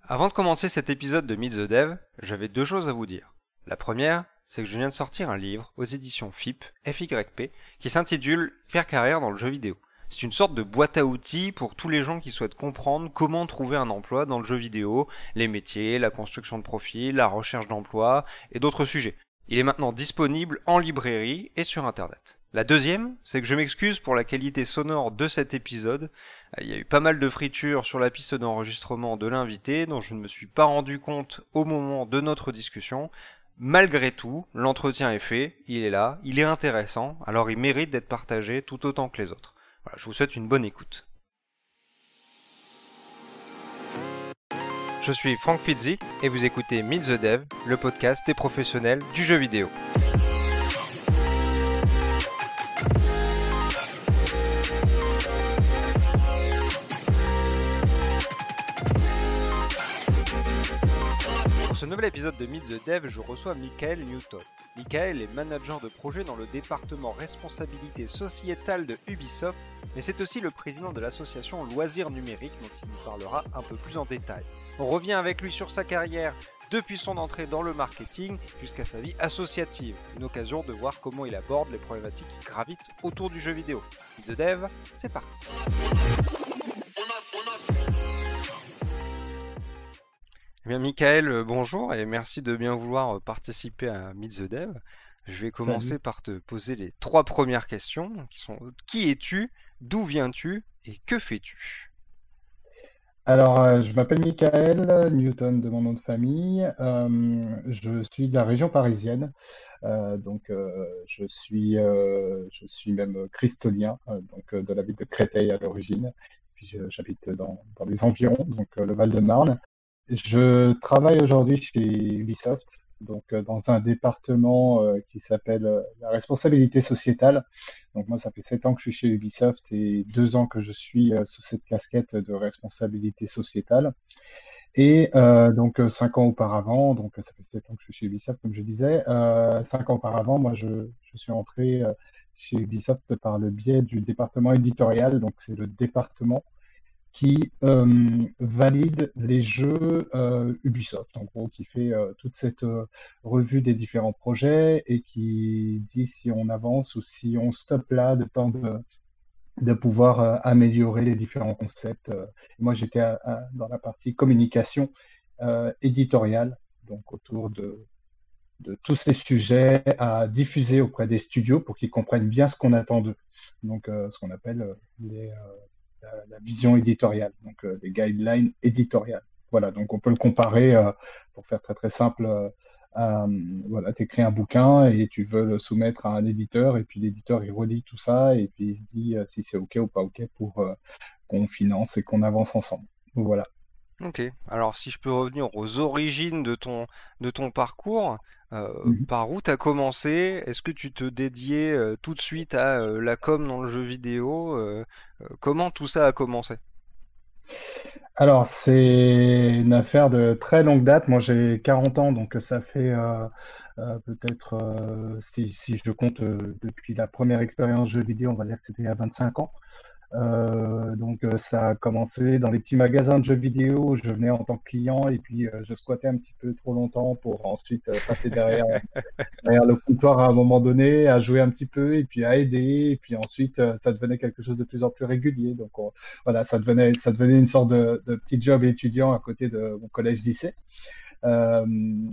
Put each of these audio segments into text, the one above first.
Avant de commencer cet épisode de Meet the Dev, j'avais deux choses à vous dire. La première, c'est que je viens de sortir un livre aux éditions FYP qui s'intitule Faire carrière dans le jeu vidéo. C'est une sorte de boîte à outils pour tous les gens qui souhaitent comprendre comment trouver un emploi dans le jeu vidéo, les métiers, la construction de profil, la recherche d'emploi et d'autres sujets. Il est maintenant disponible en librairie et sur internet. La deuxième, c'est que je m'excuse pour la qualité sonore de cet épisode. Il y a eu pas mal de fritures sur la piste d'enregistrement de l'invité dont je ne me suis pas rendu compte au moment de notre discussion. Malgré tout, l'entretien est fait, il est là, il est intéressant, alors il mérite d'être partagé tout autant que les autres. Voilà, je vous souhaite une bonne écoute. Je suis Franck Fitzik et vous écoutez Meet the Dev, le podcast des professionnels du jeu vidéo. Pour ce nouvel épisode de Meet the Dev, je reçois Michael Newton. Michael est manager de projet dans le département responsabilité sociétale de Ubisoft, mais c'est aussi le président de l'association Loisirs Numériques dont il nous parlera un peu plus en détail. On revient avec lui sur sa carrière depuis son entrée dans le marketing jusqu'à sa vie associative, une occasion de voir comment il aborde les problématiques qui gravitent autour du jeu vidéo. Meet the Dev, c'est parti. Eh bien, Michael, bonjour et merci de bien vouloir participer à Meet the Dev. Je vais commencer Salut. par te poser les trois premières questions qui sont qui es-tu, d'où viens-tu et que fais-tu? Alors, je m'appelle Michael Newton de mon nom de famille. Je suis de la région parisienne, je suis même cristolien, de la ville de Créteil à l'origine. Puis j'habite dans les environs, le Val-de-Marne. Je travaille aujourd'hui chez Ubisoft, dans un département qui s'appelle la responsabilité sociétale. Donc moi, ça fait 7 ans que je suis chez Ubisoft et 2 ans que je suis sous cette casquette de responsabilité sociétale. Et 5 ans auparavant, ça fait 7 ans que je suis chez Ubisoft, comme je disais, 5 ans auparavant, moi, je suis entré chez Ubisoft par le biais du département éditorial. Donc c'est le département qui valide les jeux Ubisoft, en gros, qui fait toute cette revue des différents projets et qui dit si on avance ou si on stoppe là, de temps de pouvoir améliorer les différents concepts. Et moi, j'étais dans la partie communication éditoriale, donc autour de tous ces sujets à diffuser auprès des studios pour qu'ils comprennent bien ce qu'on attend d'eux. Ce qu'on appelle la vision éditoriale, les guidelines éditoriales. Voilà, donc on peut le comparer, pour faire très très simple, voilà, tu écris un bouquin et tu veux le soumettre à un éditeur, et puis l'éditeur il relit tout ça, et puis il se dit si c'est OK ou pas OK pour qu'on finance et qu'on avance ensemble. Voilà. Ok, alors si je peux revenir aux origines de ton parcours, Mhm. par où t'as commencé? Est-ce que tu te dédiais tout de suite à la com dans le jeu vidéo? Comment tout ça a commencé? Alors, c'est une affaire de très longue date. Moi, j'ai 40 ans, donc ça fait peut-être, si je compte depuis la première expérience jeu vidéo, on va dire que c'était il y a 25 ans. Ça a commencé dans les petits magasins de jeux vidéo où je venais en tant que client, et puis je squattais un petit peu trop longtemps pour ensuite passer derrière le comptoir à un moment donné, à jouer un petit peu, et puis à aider, et puis ensuite ça devenait quelque chose de plus en plus régulier. Voilà, ça devenait une sorte de petit job étudiant à côté de mon collège-lycée. Euh,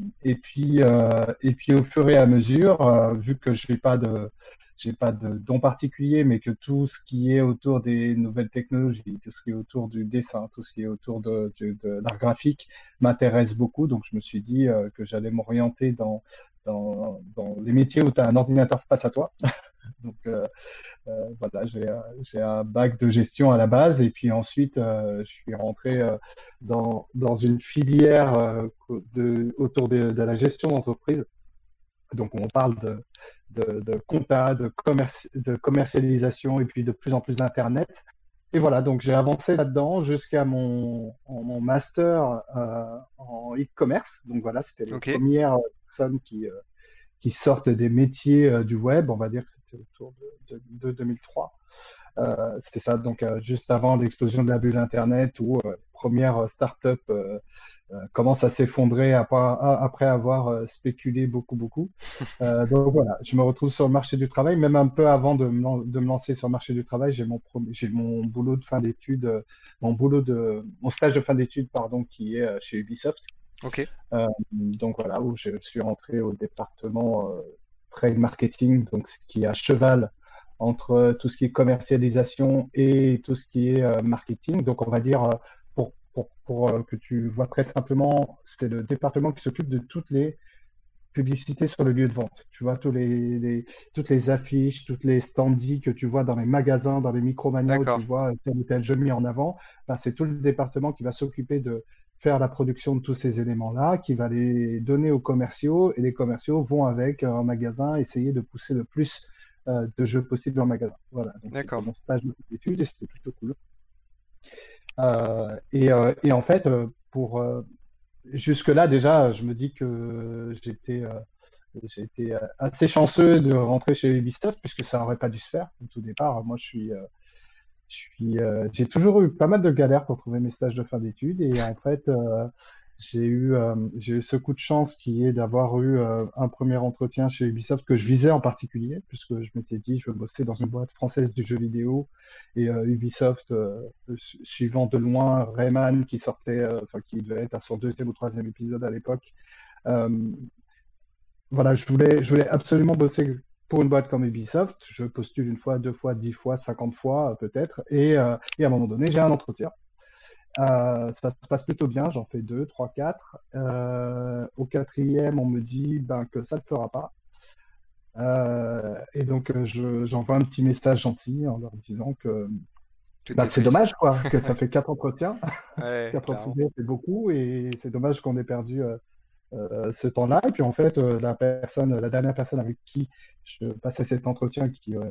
et puis au fur et à mesure, vu que j'ai pas de don particulier, mais que tout ce qui est autour des nouvelles technologies, tout ce qui est autour du dessin, tout ce qui est autour de l'art graphique m'intéresse beaucoup. Donc je me suis dit que j'allais m'orienter dans les métiers où tu as un ordinateur face à toi. Donc voilà, j'ai un bac de gestion à la base, et puis ensuite je suis rentré dans une filière autour de la gestion d'entreprise. Donc on parle de compta, de commercialisation, et puis de plus en plus d'Internet. Et voilà, donc j'ai avancé là-dedans jusqu'à mon master en e-commerce. Donc voilà, c'était les Ok. premières personnes qui sortent des métiers du web. On va dire que c'était autour de 2003. C'était ça, donc juste avant l'explosion de la bulle Internet, où les première start-up commence à s'effondrer après avoir spéculé beaucoup, beaucoup. Donc voilà, je me retrouve sur le marché du travail, même un peu avant de me lancer sur le marché du travail, j'ai mon boulot de fin d'études, mon stage de fin d'études, pardon, qui est chez Ubisoft. Ok. Donc voilà, où je suis rentré au département trade marketing, donc ce qui est à cheval entre tout ce qui est commercialisation et tout ce qui est marketing. Donc on va dire, pour que tu vois très simplement, c'est le département qui s'occupe de toutes les publicités sur le lieu de vente. Tu vois, toutes les affiches, toutes les standees que tu vois dans les magasins, dans les Micromania où tu D'accord. vois tel ou tel jeu mis en avant, ben, c'est tout le département qui va s'occuper de faire la production de tous ces éléments-là, qui va les donner aux commerciaux, et les commerciaux vont avec un magasin essayer de pousser le plus de jeux possibles en magasin. Voilà, donc c'était D'accord. mon stage d'études et c'était plutôt cool. Et en fait, jusque-là, déjà, je me dis que j'ai été assez chanceux de rentrer chez Ubisoft puisque ça aurait pas dû se faire au tout départ. Moi, j'ai toujours eu pas mal de galères pour trouver mes stages de fin d'études et en fait, j'ai eu ce coup de chance qui est d'avoir eu un premier entretien chez Ubisoft que je visais en particulier puisque je m'étais dit je veux bosser dans une boîte française du jeu vidéo et Ubisoft suivant de loin Rayman qui sortait, enfin qui devait être à son deuxième ou troisième épisode à l'époque. Euh, voilà, je voulais absolument bosser pour une boîte comme Ubisoft. Je postule une fois, deux fois, 10 fois, 50 fois peut-être. Et à un moment donné, j'ai un entretien. Ça se passe plutôt bien, j'en fais deux, trois, quatre. Au quatrième, on me dit ben, que ça ne fera pas. Et donc, j'envoie un petit message gentil en leur disant que Tout ben, est c'est dommage, triste. quoi, que ça fait quatre entretiens. Ouais, Quatre clairement. entretiens, c'est beaucoup, et c'est dommage qu'on ait perdu ce temps-là. Et puis en fait, la dernière personne avec qui je passais cet entretien,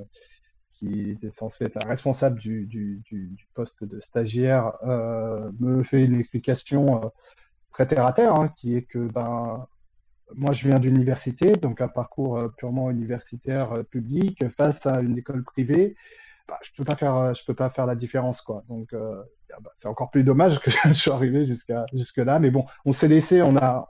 qui était censé être la responsable du poste de stagiaire, me fait une explication très terre à terre, hein, qui est que ben, moi je viens d'université, donc un parcours purement universitaire public, face à une école privée. Bah, je peux pas faire la différence, quoi. Donc, bah, c'est encore plus dommage que je sois arrivé jusque là. Mais bon, on s'est laissé,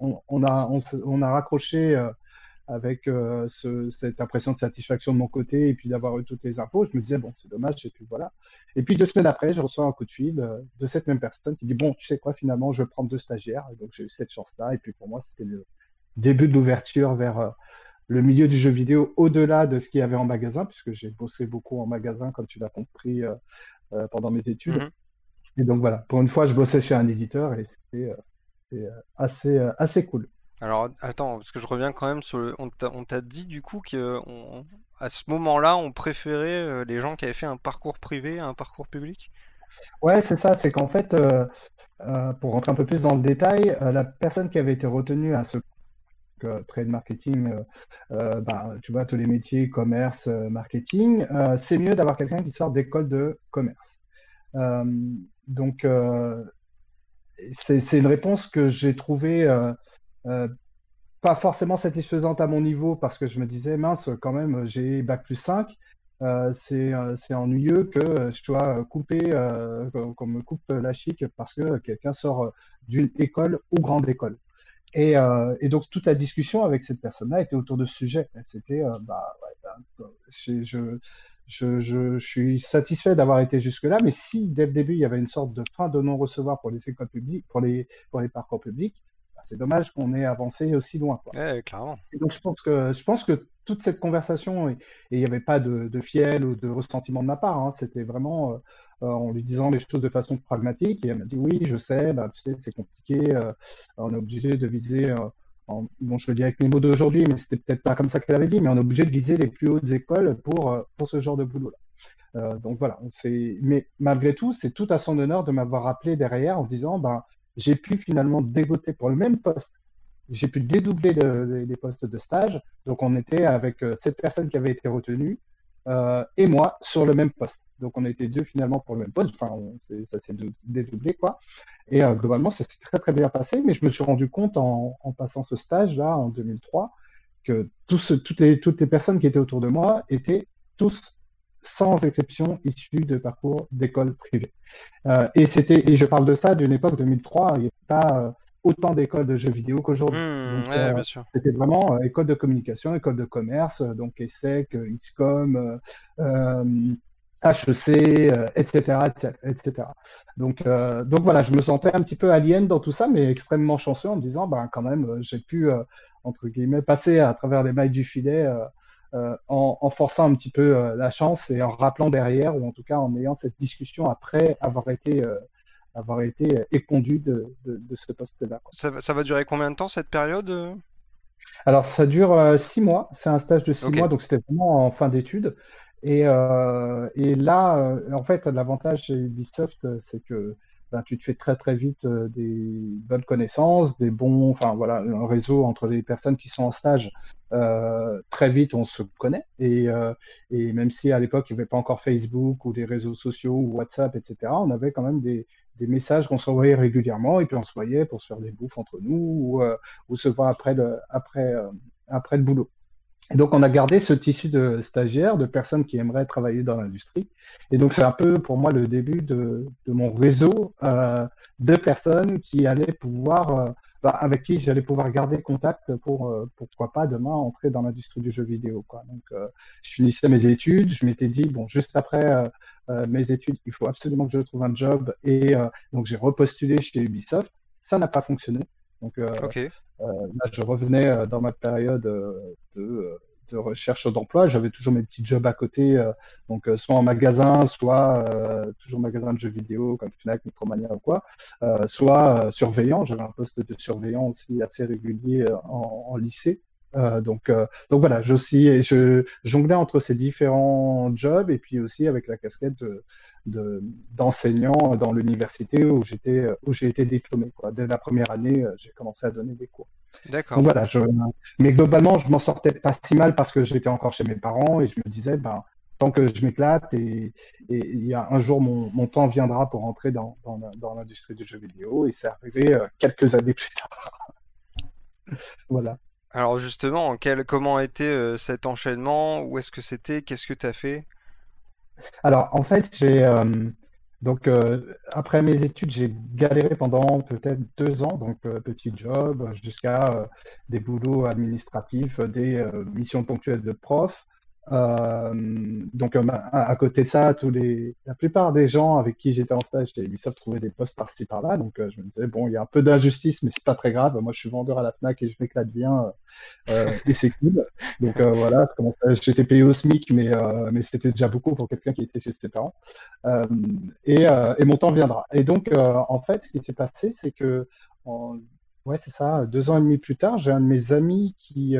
on a raccroché avec cette impression de satisfaction de mon côté et puis d'avoir eu toutes les infos. Je me disais, bon, c'est dommage, et puis voilà. Et puis 2 semaines après, je reçois un coup de fil de cette même personne qui dit, bon, tu sais quoi, finalement, je vais prendre deux stagiaires. Et donc, j'ai eu cette chance-là. Et puis pour moi, c'était le début de l'ouverture vers le milieu du jeu vidéo au-delà de ce qu'il y avait en magasin, puisque j'ai bossé beaucoup en magasin, comme tu l'as compris, pendant mes études. Mhm. Et donc voilà, pour une fois, je bossais chez un éditeur et c'était assez cool. Alors, attends, parce que je reviens quand même sur le. On t'a dit du coup que à ce moment-là, on préférait les gens qui avaient fait un parcours privé à un parcours public? Ouais, c'est ça, c'est qu'en fait, pour rentrer un peu plus dans le détail, la personne qui avait été retenue à ce trade marketing, bah, tu vois, tous les métiers, commerce, marketing, c'est mieux d'avoir quelqu'un qui sort d'école de commerce. Euh, donc, c'est une réponse que j'ai trouvée euh, pas forcément satisfaisante à mon niveau parce que je me disais, mince, quand même, j'ai bac+5. C'est ennuyeux que je dois couper, qu'on me coupe la chic parce que quelqu'un sort d'une école ou grande école. Et donc, toute la discussion avec cette personne-là était autour de ce sujet. C'était, bah, ouais, je suis satisfait d'avoir été jusque-là, mais si dès le début, il y avait une sorte de fin de non-recevoir pour les écoles publiques, pour les parcours publics, bah, c'est dommage qu'on ait avancé aussi loin, quoi. Ouais, clairement. Et donc, je pense que toute cette conversation, et il n'y avait pas de fiel ou de ressentiment de ma part, hein, c'était vraiment en lui disant les choses de façon pragmatique. Et elle m'a dit, oui, je sais, bah, tu sais, c'est compliqué, on est obligé de viser, bon, je le dis avec les mots d'aujourd'hui, mais c'était peut-être pas comme ça qu'elle avait dit, mais on est obligé de viser les plus hautes écoles pour ce genre de boulot-là. Donc voilà, mais malgré tout, c'est tout à son honneur de m'avoir rappelé derrière en disant, ben, j'ai pu finalement dégoter pour le même poste. J'ai pu dédoubler les postes de stage. Donc on était avec cette personne qui avait été retenue et moi sur le même poste. Donc on était deux finalement pour le même poste. Enfin, ça s'est dédoublé, quoi. Et globalement, ça s'est très très bien passé. Mais je me suis rendu compte en passant ce stage-là en 2003 que toutes les personnes qui étaient autour de moi étaient tous sans exception issus de parcours d'école privée. Et je parle de ça d'une époque 2003, il n'y avait pas autant d'écoles de jeux vidéo qu'aujourd'hui. Donc, Ouais, bien sûr. c'était vraiment école de communication, école de commerce, donc ESSEC, ISCOM, HEC, etc., etc., etc. Donc voilà, je me sentais un petit peu alien dans tout ça, mais extrêmement chanceux en me disant, ben quand même, j'ai pu, entre guillemets, passer à travers les mailles du filet en forçant un petit peu la chance et en rappelant derrière, ou en tout cas en ayant cette discussion après avoir été éconduit de ce poste-là, quoi. Ça va durer combien de temps cette période? Alors, ça dure 6 mois. C'est un stage de six Ok, mois, donc c'était vraiment en fin d'études. Et là, en fait, l'avantage chez Ubisoft, c'est que ben, tu te fais très très vite des bonnes connaissances, des bons, enfin voilà, un réseau entre les personnes qui sont en stage. Très vite, on se connaît. Et même si à l'époque, il n'y avait pas encore Facebook ou des réseaux sociaux ou WhatsApp, etc., on avait quand même des messages qu'on s'envoyait régulièrement et puis on se voyait pour se faire des bouffes entre nous ou se voir après le boulot. Et donc, on a gardé ce tissu de stagiaires, de personnes qui aimeraient travailler dans l'industrie. Et donc, c'est un peu pour moi le début de mon réseau de personnes qui allaient pouvoir, avec qui j'allais pouvoir garder contact pour, pourquoi pas, demain, entrer dans l'industrie du jeu vidéo, quoi. Donc, je finissais mes études, je m'étais dit, bon, juste après mes études, il faut absolument que je trouve un job. Et donc, j'ai repostulé chez Ubisoft. Ça n'a pas fonctionné. Donc, ok. là, je revenais dans ma période de recherche d'emploi. J'avais toujours mes petits jobs à côté, donc soit en magasin, soit toujours magasin de jeux vidéo comme Fnac, Micromania ou quoi, soit surveillant. J'avais un poste de surveillant aussi assez régulier en lycée. Donc voilà, je jonglais entre ces différents jobs et puis aussi avec la casquette d'enseignant dans l'université où j'ai été diplômé, quoi. Dès la première année, j'ai commencé à donner des cours. Donc D'accord. voilà, mais globalement, je m'en sortais pas si mal parce que j'étais encore chez mes parents et je me disais, ben, tant que je m'éclate et il y a un jour mon temps viendra pour entrer dans l'industrie du jeu vidéo et c'est arrivé quelques années plus tard. Voilà. Alors justement, comment était cet enchaînement? Où est-ce que c'était? Qu'est-ce que t'as fait? Alors, en fait, après mes études, j'ai galéré pendant peut-être 2 ans, donc petit job, jusqu'à des boulots administratifs, des missions ponctuelles de prof. À côté de ça, la plupart des gens avec qui j'étais en stage chez Ubisoft trouvaient des postes par-ci par-là. Donc, je me disais, bon, il y a un peu d'injustice, mais c'est pas très grave. Moi, je suis vendeur à la Fnac et je m'éclate bien, et c'est cool. Donc voilà, j'étais payé au SMIC, mais c'était déjà beaucoup pour quelqu'un qui était chez ses parents. Euh, et mon temps viendra. Et donc, en fait, ce qui s'est passé, c'est que, en- ouais, c'est ça, 2 ans et demi plus tard, j'ai un de mes amis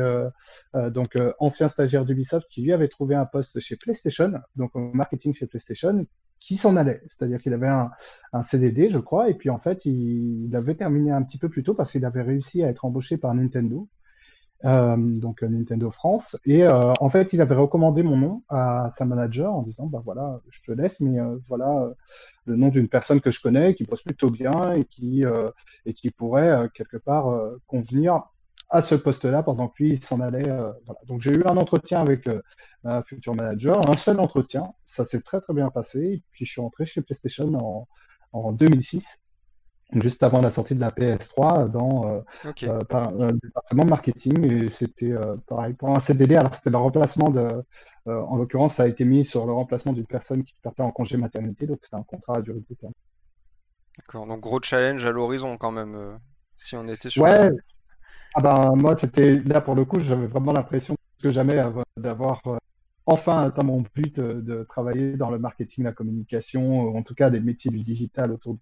ancien stagiaire d'Ubisoft, qui lui avait trouvé un poste chez PlayStation, donc au marketing chez PlayStation, qui s'en allait. C'est-à-dire qu'il avait un CDD, je crois, et puis en fait, il avait terminé un petit peu plus tôt parce qu'il avait réussi à être embauché par Nintendo. Nintendo France. Et en fait, il avait recommandé mon nom à sa manager en disant, bah voilà, je te laisse, mais voilà le nom d'une personne que je connais, qui bosse plutôt bien et qui pourrait quelque part convenir à ce poste-là pendant que lui il s'en allait. Voilà. Donc j'ai eu un entretien avec ma future manager, un seul entretien, ça s'est très très bien passé. Et puis je suis rentré chez PlayStation en 2006, juste avant la sortie de la PS3 Ok. par le département de marketing. Et c'était pareil pour un CDD. Alors c'était le remplacement en l'occurrence, ça a été mis sur le remplacement d'une personne qui partait en congé maternité, donc c'était un contrat à durée déterminée. D'accord. Donc gros challenge à l'horizon quand même, si on était sur Ouais, le... ah ben moi c'était là pour le coup, j'avais vraiment l'impression que jamais d'avoir enfin atteint mon but de travailler dans le marketing, la communication, ou en tout cas des métiers du digital autour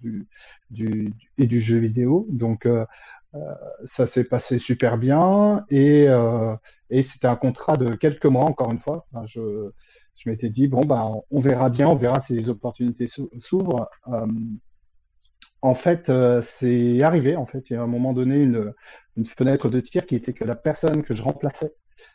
et du jeu vidéo. Donc ça s'est passé super bien et c'était un contrat de quelques mois, encore une fois. Enfin, je m'étais dit, bon, bah, on verra bien, on verra si les opportunités s'ouvrent. En fait, c'est arrivé. En fait, il y a à un moment donné une fenêtre de tir qui était que la personne que je remplaçais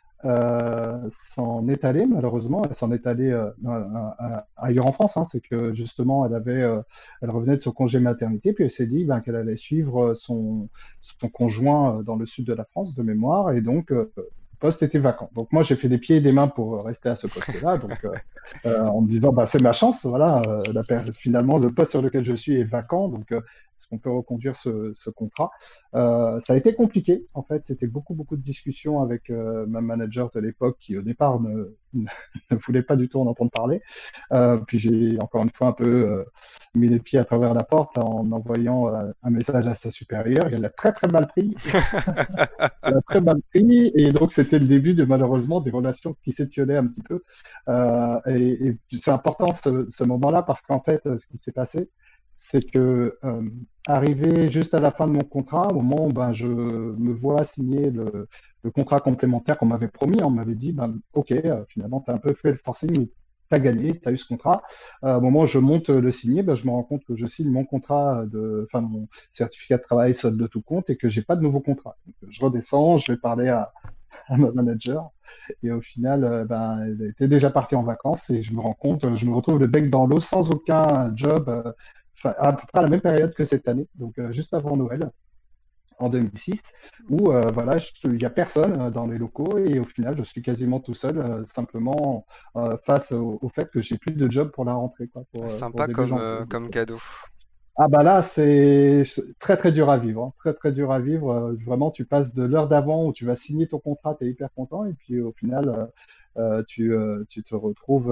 s'en est allée, malheureusement. Elle s'en est allée ailleurs en France. Hein. C'est que justement, elle revenait de son congé maternité, puis elle s'est dit ben, qu'elle allait suivre son conjoint dans le sud de la France, de mémoire. Et donc, poste était vacant. Donc moi, j'ai fait des pieds et des mains pour rester à ce poste-là. Donc en me disant, bah, c'est ma chance, voilà. Finalement, le poste sur lequel je suis est vacant, donc est-ce qu'on peut reconduire ce contrat? Ça a été compliqué, en fait. C'était beaucoup, beaucoup de discussions avec ma manager de l'époque qui, au départ, ne voulait pas du tout en entendre parler. Puis j'ai encore une fois un peu mis les pieds à travers la porte en envoyant un message à sa supérieure. Elle l'a très très mal pris. Elle l'a très mal pris et donc c'était le début de malheureusement des relations qui s'étiolaient un petit peu. Et c'est important ce moment-là parce qu'en fait, ce qui s'est passé, c'est que arrivé juste à la fin de mon contrat, au moment où ben, je me vois signer le contrat complémentaire qu'on m'avait promis, on m'avait dit, ben, OK, finalement, tu as un peu fait le forcing, mais tu as gagné, tu as eu ce contrat. Au moment où je monte le signer, ben, je me rends compte que je signe mon contrat enfin, mon certificat de travail solde de tout compte et que j'ai pas de nouveau contrat. Donc, je redescends, je vais parler à ma manager et au final, ben, elle était déjà partie en vacances et je me rends compte, je me retrouve le bec dans l'eau sans aucun job, enfin, à peu près à la même période que cette année, donc juste avant Noël en 2006, où voilà, il n'y a personne dans les locaux et au final, je suis quasiment tout seul, simplement face au fait que j'ai plus de job pour la rentrée, quoi, pour Sympa début comme, janvier. comme cadeau. Ah bah là, c'est très très dur à vivre, hein. Très très dur à vivre. Vraiment, tu passes de l'heure d'avant où tu vas signer ton contrat, tu es hyper content, et puis au final, tu te retrouves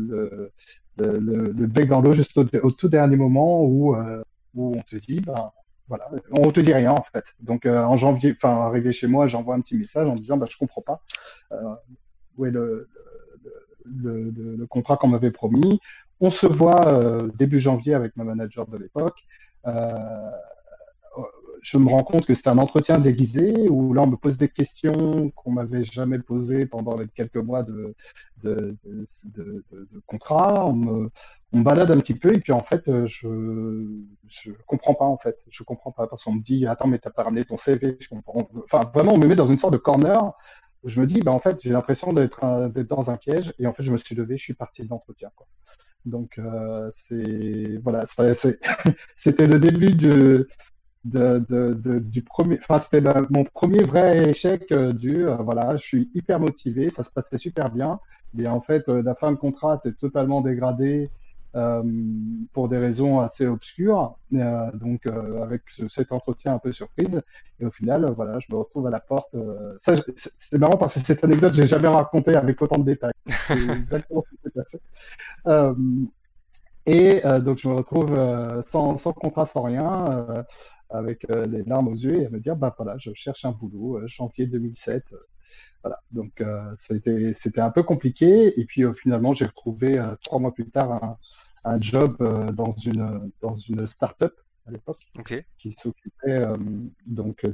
le bec dans l'eau juste au tout dernier moment où on te dit, bah voilà, on te dit rien en fait. Donc en janvier, enfin arrivé chez moi, j'envoie un petit message en disant, bah je comprends pas euh, où est le contrat qu'on m'avait promis. On se voit début janvier avec ma manager de l'époque. Euh, je me rends compte que c'est un entretien déguisé où là on me pose des questions qu'on m'avait jamais posées pendant les quelques mois de contrat. On me balade un petit peu et puis en fait je comprends pas en fait. Je comprends pas parce qu'on me dit attends mais t'as pas ramené ton CV. Je comprends. Enfin vraiment on me met dans une sorte de corner où je me dis bah en fait j'ai l'impression d'être dans un piège et en fait je me suis levé, je suis parti de l'entretien quoi. Donc c'est voilà, c'était le début du premier, enfin, c'était mon premier vrai échec voilà, je suis hyper motivé, ça se passait super bien, mais en fait, la fin de contrat s'est totalement dégradée euh, pour des raisons assez obscures, donc avec cet entretien un peu surprise, et au final, voilà, je me retrouve à la porte. C'est marrant parce que cette anecdote, j'ai jamais raconté avec autant de détails. C'est exactement ce qui s'est passé. Euh, donc, je me retrouve sans contrat, sans rien, avec les larmes aux yeux et à me dire, bah voilà, je cherche un boulot, janvier 2007. Voilà. Donc, c'était un peu compliqué. Et puis, finalement, j'ai retrouvé 3 mois plus tard un job dans une start-up à l'époque Ok, qui s'occupait donc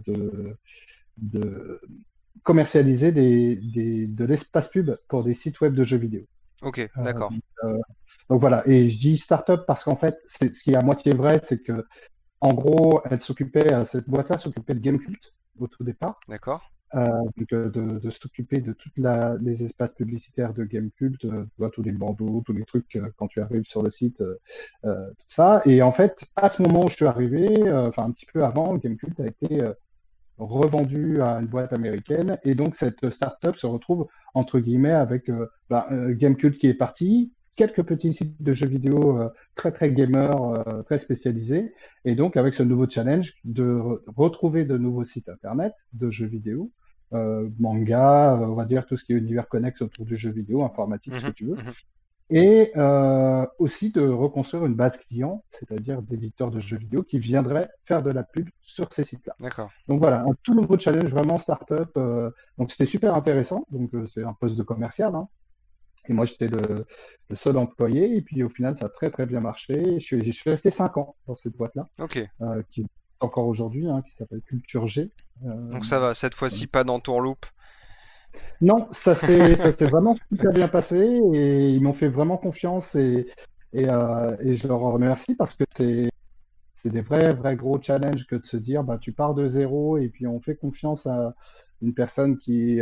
de commercialiser de l'espace pub pour des sites web de jeux vidéo. ok, Euh, d'accord, euh, donc voilà, et je dis start-up parce qu'en fait, ce qui est à moitié vrai, c'est que en gros, cette boîte-là s'occupait de Gamecult au tout départ, d'accord. donc de s'occuper de toutes les espaces publicitaires de Gamecult, tu vois, tous les bandeaux, tous les trucs quand tu arrives sur le site, tout ça. Et en fait, à ce moment où je suis arrivé, enfin un petit peu avant, Gamecult a été revendu à une boîte américaine. Et donc, cette startup se retrouve, entre guillemets, avec Gamecult qui est parti, quelques petits sites de jeux vidéo très, très gamers, très spécialisés. Et donc, avec ce nouveau challenge de retrouver de nouveaux sites Internet de jeux vidéo, manga, on va dire tout ce qui est univers connexe autour du jeu vidéo, informatique, ce que Mhm, tu veux, mhm. et aussi de reconstruire une base client, c'est-à-dire d'éditeurs de jeux vidéo qui viendraient faire de la pub sur ces sites-là. D'accord. Donc voilà, un tout nouveau challenge vraiment start-up. Donc c'était super intéressant. Donc c'est un poste de commercial, hein. Et moi j'étais le seul employé. Et puis au final ça a très très bien marché. Je suis resté 5 ans dans cette boîte-là, Ok. qui est encore aujourd'hui, hein, qui s'appelle Culture G. Euh, Donc ça va, cette fois-ci pas dans Tourloop. non, ça s'est vraiment super bien passé et ils m'ont fait vraiment confiance et je leur en remercie parce que c'est des vrais, vrais gros challenges que de se dire, bah, tu pars de zéro et puis on fait confiance à une personne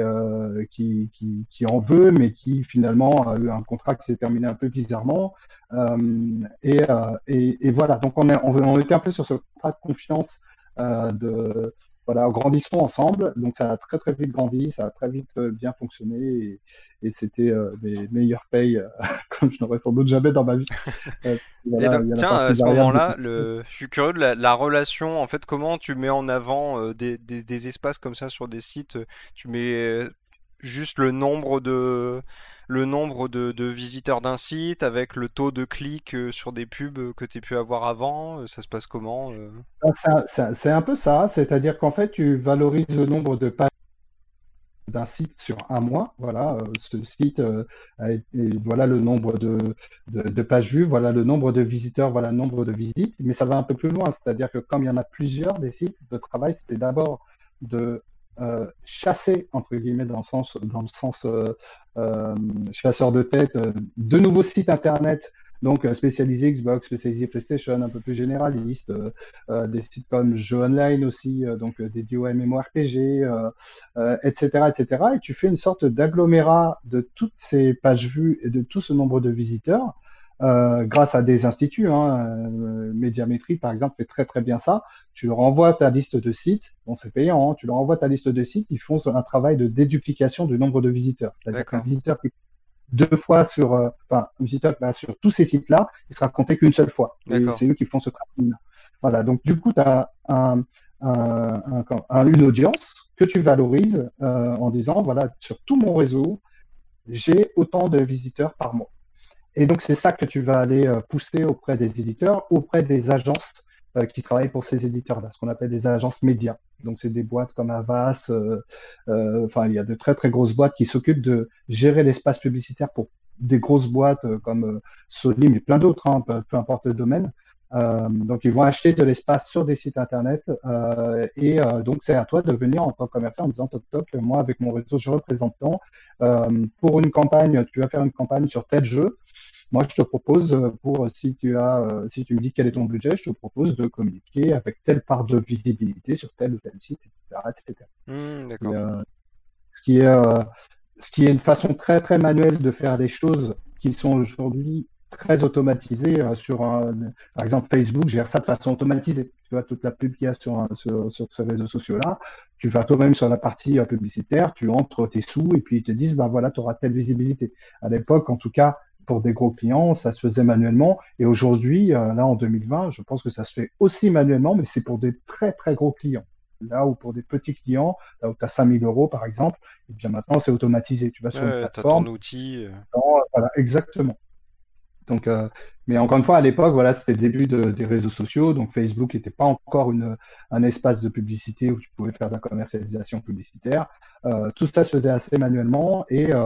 qui en veut, mais qui finalement a eu un contrat qui s'est terminé un peu bizarrement. Et voilà, donc on était un peu sur ce contrat de confiance de, voilà, grandissons ensemble. Donc ça a très très vite grandi, ça a très vite bien fonctionné et c'était les meilleures payes comme je n'aurais sans doute jamais dans ma vie. Euh, Et voilà, donc, il y a la tiens, partie à ce variable de moment-là, je suis curieux de la relation, en fait, comment tu mets en avant des espaces comme ça sur des sites, tu mets juste le nombre de visiteurs d'un site avec le taux de clics sur des pubs que tu pu avoir avant, ça se passe comment C'est un peu ça, c'est-à-dire qu'en fait, tu valorises le nombre de pages d'un site sur un mois. Voilà, ce site voilà le nombre de pages vues, voilà le nombre de visiteurs, voilà le nombre de visites. Mais ça va un peu plus loin, c'est-à-dire que comme il y en a plusieurs des sites, le travail, c'était d'abord de chasser, entre guillemets, dans le sens chasseur de tête, de nouveaux sites internet donc spécialisés Xbox, spécialisés PlayStation, un peu plus généralistes, des sites comme Jeux Online aussi, donc dédiés au MMORPG, etc., etc. Et tu fais une sorte d'agglomérat de toutes ces pages vues et de tout ce nombre de visiteurs grâce à des instituts. Médiamétrie, par exemple, fait très très bien ça. Tu leur envoies ta liste de sites, bon c'est payant, hein, tu leur envoies ta liste de sites, ils font un travail de déduplication du nombre de visiteurs. C'est-à-dire qu'un D'accord, visiteur qui deux fois sur, enfin, un visiteur sur tous ces sites-là, il sera compté qu'une seule fois. Et d'accord. c'est eux qui font ce travail-là. Voilà. Donc, du coup, tu as une audience que tu valorises en disant, voilà, sur tout mon réseau, j'ai autant de visiteurs par mois. Et donc, c'est ça que tu vas aller pousser auprès des éditeurs, auprès des agences qui travaillent pour ces éditeurs-là, ce qu'on appelle des agences médias. Donc, c'est des boîtes comme Havas, enfin, il y a de très, très grosses boîtes qui s'occupent de gérer l'espace publicitaire pour des grosses boîtes comme Sony, mais plein d'autres, hein, peu importe le domaine. Donc, ils vont acheter de l'espace sur des sites internet et donc c'est à toi de venir en tant que commerçant en disant toc toc, moi avec mon réseau je représente tant. Pour une campagne, tu vas faire une campagne sur tel jeu. Moi, je te propose, si tu me dis quel est ton budget, je te propose de communiquer avec telle part de visibilité sur tel ou tel site, etc., etc. Et, D'accord. ce qui est, euh, ce qui est une façon très, très manuelle de faire des choses qui sont aujourd'hui très automatisées par exemple, Facebook gère ça de façon automatisée. Tu vois, toute la pub qu'il y a sur ces réseaux sociaux-là, tu vas toi-même sur la partie publicitaire, tu entres tes sous et puis ils te disent, ben voilà, tu auras telle visibilité. À l'époque, en tout cas, pour des gros clients, ça se faisait manuellement. Et aujourd'hui, là, en 2020, je pense que ça se fait aussi manuellement, mais c'est pour des très, très gros clients. Là où pour des petits clients, là où tu as 5000 euros, par exemple, et bien maintenant, c'est automatisé. Tu vas sur une Ouais, t'as ton plateforme, outil. voilà, exactement. Donc, mais encore une fois, à l'époque, voilà, c'était le début des réseaux sociaux. Donc, Facebook n'était pas encore un espace de publicité où tu pouvais faire de la commercialisation publicitaire. Tout ça se faisait assez manuellement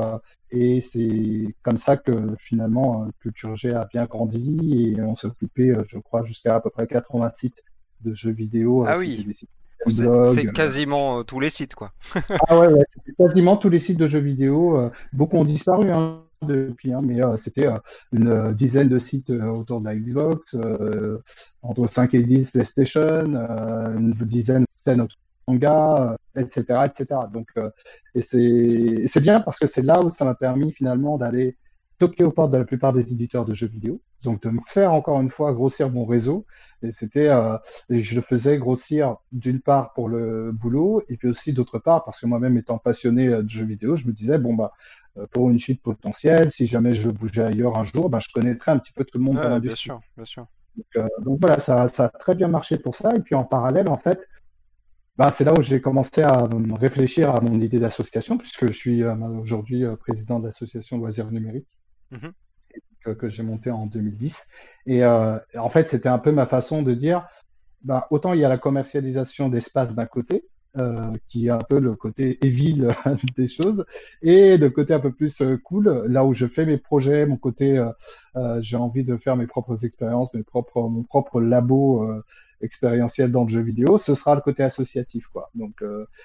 et c'est comme ça que finalement, Culture G a bien grandi et on s'est occupé, je crois, jusqu'à à peu près 80 sites de jeux vidéo. Ah C'était oui, des sites c'est blog. quasiment tous les sites, quoi. Ah ouais, ouais, c'était quasiment tous les sites de jeux vidéo. Beaucoup ont disparu hein, depuis, hein, mais c'était une dizaine de sites autour de la Xbox, entre 5 et 10 PlayStation, une dizaine autour de manga, etc., etc. Donc, et c'est bien parce que c'est là où ça m'a permis finalement d'aller toquer aux portes de la plupart des éditeurs de jeux vidéo, donc de me faire encore une fois grossir mon réseau. Et et je le faisais grossir d'une part pour le boulot et puis aussi d'autre part parce que moi-même étant passionné de jeux vidéo, je me disais bon bah pour une suite potentielle, si jamais je veux bouger ailleurs un jour, bah, je connaîtrais un petit peu tout le monde dans Ouais, bien l'industrie. sûr, bien sûr. Donc voilà, ça a très bien marché pour ça. Et puis en parallèle, en fait, bah, c'est là où j'ai commencé à réfléchir à mon idée d'association puisque je suis aujourd'hui président de l'association Loisirs Numériques Mhm. que j'ai montée en 2010. Et en fait, c'était un peu ma façon de dire bah, autant il y a la commercialisation d'espace d'un côté, qui est un peu le côté évil des choses, et le côté un peu plus cool, là où je fais mes projets, mon côté, j'ai envie de faire mes propres expériences, mon propre labo expérientiel dans le jeu vidéo, ce sera le côté associatif, quoi. Donc,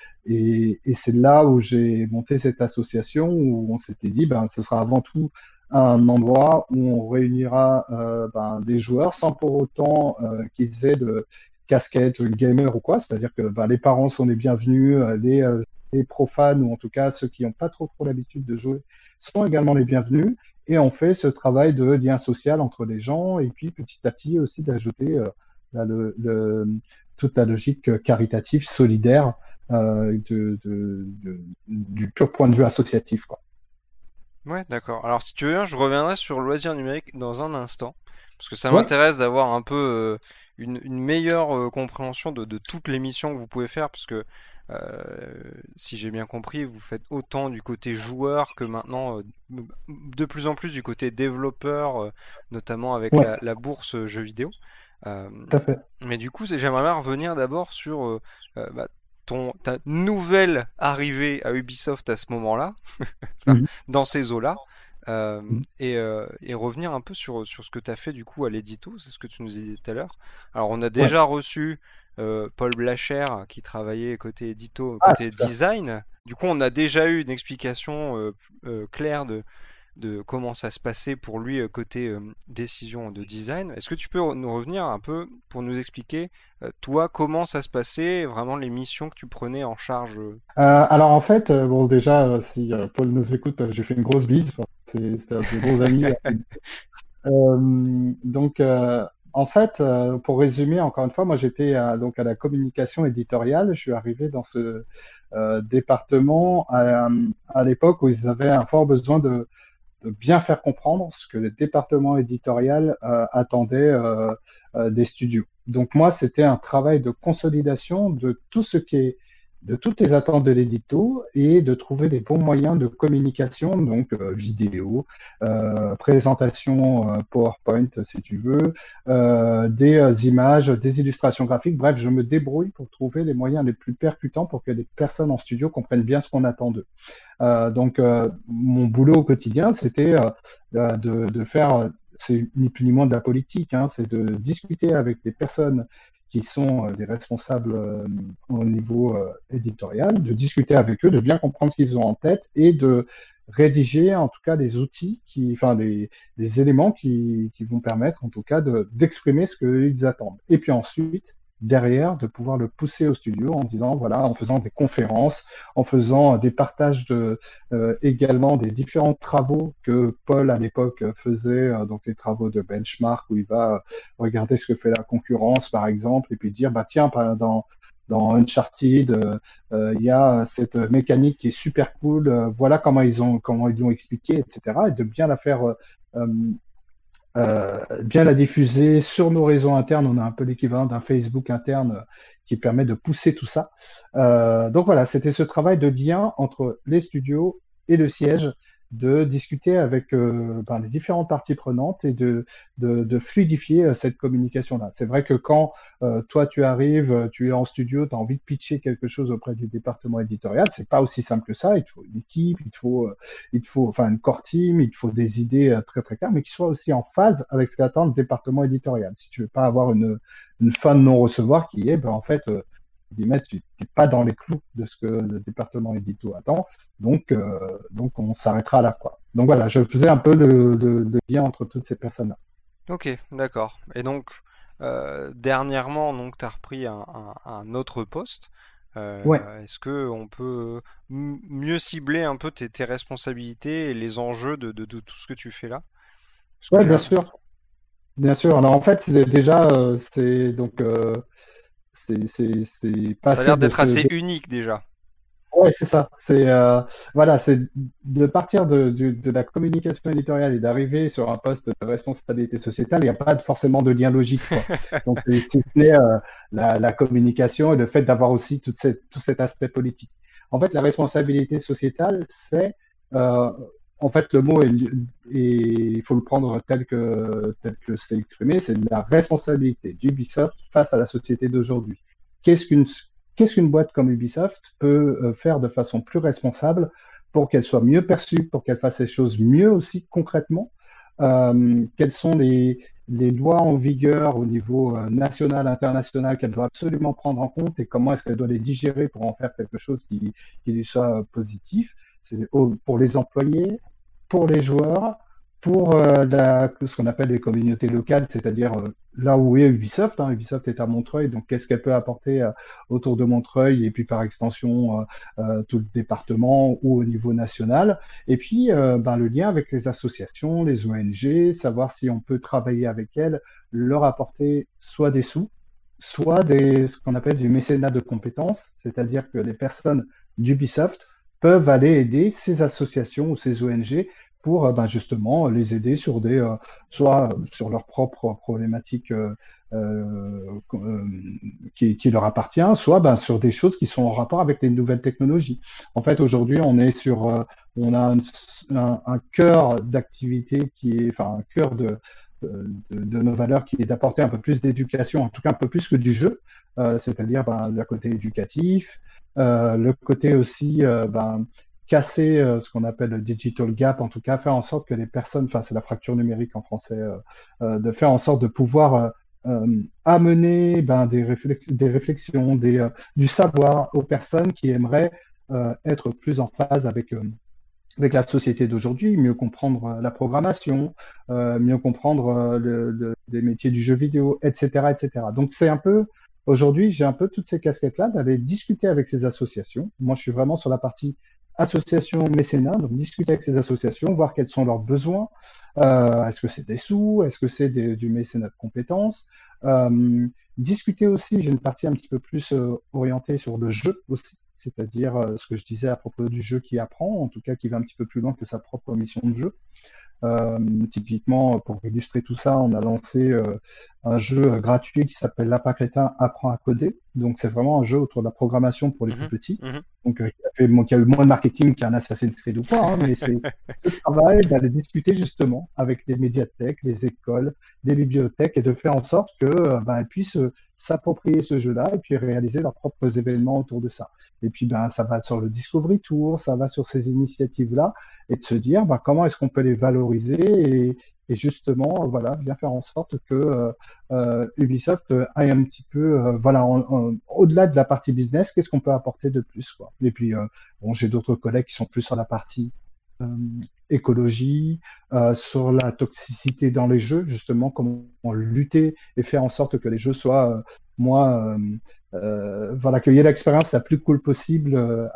et c'est là où j'ai monté cette association où on s'était dit, ben, ce sera avant tout un endroit où on réunira ben, des joueurs sans pour autant qu'ils aient de casquette gamer ou quoi, c'est-à-dire que ben, les parents sont les bienvenus, les profanes ou en tout cas ceux qui n'ont pas trop l'habitude de jouer sont également les bienvenus et on fait ce travail de lien social entre les gens et puis petit à petit aussi d'ajouter là, toute la logique caritative, solidaire, du pur point de vue associatif, quoi. Ouais, d'accord. Alors, si tu veux bien, je reviendrai sur le loisir numérique dans un instant, parce que ça Ouais, m'intéresse d'avoir un peu une meilleure compréhension de toutes les missions que vous pouvez faire, parce que si j'ai bien compris, vous faites autant du côté joueur que maintenant de plus en plus du côté développeur, notamment avec ouais, la bourse jeux vidéo. Euh, tout à fait. mais du coup, j'aimerais bien revenir d'abord sur bah, ta nouvelle arrivée à Ubisoft à ce moment-là, enfin, Mhm. dans ces eaux-là, Mhm. et revenir un peu sur ce que tu as fait du coup à l'édito, c'est ce que tu nous disais tout à l'heure. Alors, on a Ouais. déjà reçu Paul Blacher qui travaillait côté édito, Ah, côté super. design. Du coup, on a déjà eu une explication claire de comment ça se passait pour lui côté décision de design. Est-ce que tu peux nous revenir un peu pour nous expliquer, toi, comment ça se passait, vraiment les missions que tu prenais en charge Alors en fait, bon déjà, si Paul nous écoute, j'ai fait une grosse bise. Enfin, c'est un de gros amis. Donc, en fait, pour résumer, encore une fois, moi j'étais donc à la communication éditoriale. Je suis arrivé dans ce département à l'époque où ils avaient un fort besoin de bien faire comprendre ce que le département éditorial attendait des studios. Donc moi, c'était un travail de consolidation de tout ce qui est de toutes les attentes de l'édito et de trouver les bons moyens de communication, donc vidéo, présentation PowerPoint si tu veux, des images, des illustrations graphiques. Bref, je me débrouille pour trouver les moyens les plus percutants pour que les personnes en studio comprennent bien ce qu'on attend d'eux. Donc, mon boulot au quotidien, c'était de faire, c'est ni plus ni moins de la politique, hein, c'est de discuter avec les personnes qui sont des responsables au niveau éditorial, de discuter avec eux, de bien comprendre ce qu'ils ont en tête et de rédiger en tout cas des outils enfin des éléments qui vont permettre en tout cas d'exprimer ce qu'ils attendent. Et puis ensuite, derrière, de pouvoir le pousser au studio en disant, voilà, en faisant des conférences, en faisant des partages également des différents travaux que Paul à l'époque faisait, donc les travaux de benchmark où il va regarder ce que fait la concurrence par exemple et puis dire bah tiens dans Uncharted, il y a cette mécanique qui est super cool. Voilà comment ils l'ont expliqué, etc. Et de bien la faire euh, bien la diffuser sur nos réseaux internes. On a un peu l'équivalent d'un Facebook interne qui permet de pousser tout ça. Donc voilà, c'était ce travail de lien entre les studios et le siège, de discuter avec les différentes parties prenantes et de fluidifier cette communication-là. C'est vrai que quand toi tu arrives, tu es en studio, tu as envie de pitcher quelque chose auprès du département éditorial, c'est pas aussi simple que ça. Il te faut une équipe, il te faut enfin une core team, il te faut des idées très très claires, mais qui soient aussi en phase avec ce qu'attend le département éditorial. Si tu veux pas avoir une fin de non-recevoir qui est, ben, en fait, tu n'es pas dans les clous de ce que le département édito attend, donc on s'arrêtera là, quoi. Donc voilà, je faisais un peu le lien entre toutes ces personnes-là. Ok, d'accord. Et donc, dernièrement, donc, tu as repris un autre poste. Ouais, Est-ce que on peut mieux cibler un peu tes responsabilités et les enjeux de tout ce que tu fais là? Parce que ouais, j'ai bien sûr, bien sûr. Alors en fait, déjà, c'est donc c'est ça a passé l'air de d'être ce assez unique déjà. Ouais, c'est ça. C'est voilà, c'est de partir de la communication éditoriale et d'arriver sur un poste de responsabilité sociétale. Il n'y a pas forcément de lien logique, quoi. Donc, si ce n'est la communication et le fait d'avoir aussi tout cet aspect politique. En fait, la responsabilité sociétale, c'est euh, en fait le mot il faut le prendre tel que c'est exprimé. C'est la responsabilité d'Ubisoft face à la société d'aujourd'hui. Qu'est-ce qu'une qu'est-ce qu'une boîte comme Ubisoft peut faire de façon plus responsable pour qu'elle soit mieux perçue, pour qu'elle fasse les choses mieux aussi concrètement? Quelles sont les lois en vigueur au niveau national, international qu'elle doit absolument prendre en compte et comment est-ce qu'elle doit les digérer pour en faire quelque chose qui lui soit positif? C'est pour les employés, pour les joueurs, pour ce qu'on appelle les communautés locales, c'est-à-dire là où est Ubisoft. Hein. Ubisoft est à Montreuil, donc qu'est-ce qu'elle peut apporter autour de Montreuil et puis par extension tout le département ou au niveau national. Et puis le lien avec les associations, les ONG, savoir si on peut travailler avec elles, leur apporter soit des sous, soit ce qu'on appelle du mécénat de compétences, c'est-à-dire que les personnes d'Ubisoft peuvent aller aider ces associations ou ces ONG pour ben, justement les aider sur soit sur leurs propres problématiques qui leur appartient, soit ben, sur des choses qui sont en rapport avec les nouvelles technologies. En fait, aujourd'hui, on a un cœur d'activité enfin un cœur de nos valeurs qui est d'apporter un peu plus d'éducation, en tout cas un peu plus que du jeu, c'est-à-dire ben, le côté éducatif, le côté aussi ben, casser ce qu'on appelle le digital gap, en tout cas faire en sorte que les personnes, enfin c'est la fracture numérique en français, de faire en sorte de pouvoir amener ben, des réflexions, du savoir aux personnes qui aimeraient être plus en phase avec la société d'aujourd'hui, mieux comprendre la programmation, mieux comprendre les métiers du jeu vidéo, etc., etc. Donc c'est un peu, aujourd'hui, j'ai un peu toutes ces casquettes-là d'aller discuter avec ces associations. Moi, je suis vraiment sur la partie association mécénat, donc discuter avec ces associations, voir quels sont leurs besoins. Est-ce que c'est des sous? Est-ce que c'est du mécénat de compétences? Discuter aussi, j'ai une partie un petit peu plus orientée sur le jeu aussi, c'est-à-dire ce que je disais à propos du jeu qui apprend, en tout cas qui va un petit peu plus loin que sa propre mission de jeu. Typiquement, pour illustrer tout ça, on a lancé un jeu gratuit qui s'appelle Lapin Crétin apprend à coder. Donc, c'est vraiment un jeu autour de la programmation pour les tout Mhm, petits. mhm. Donc, qui a eu moins de marketing qu'un Assassin's Creed ou pas, hein, mais c'est ce travail d'aller discuter justement avec les médiathèques, les écoles, des bibliothèques et de faire en sorte que ben, elles puissent s'approprier ce jeu-là et puis réaliser leurs propres événements autour de ça. Et puis, ben, ça va sur le Discovery Tour, ça va sur ces initiatives-là et de se dire bah, comment est-ce qu'on peut les valoriser et justement voilà bien faire en sorte que Ubisoft aille un petit peu voilà au-delà de la partie business, qu'est-ce qu'on peut apporter de plus quoi. Et puis bon, j'ai d'autres collègues qui sont plus sur la partie euh, écologie, sur la toxicité dans les jeux, justement, comment lutter et faire en sorte que les jeux soient moins, voilà, qu'il y ait l'expérience la plus cool possible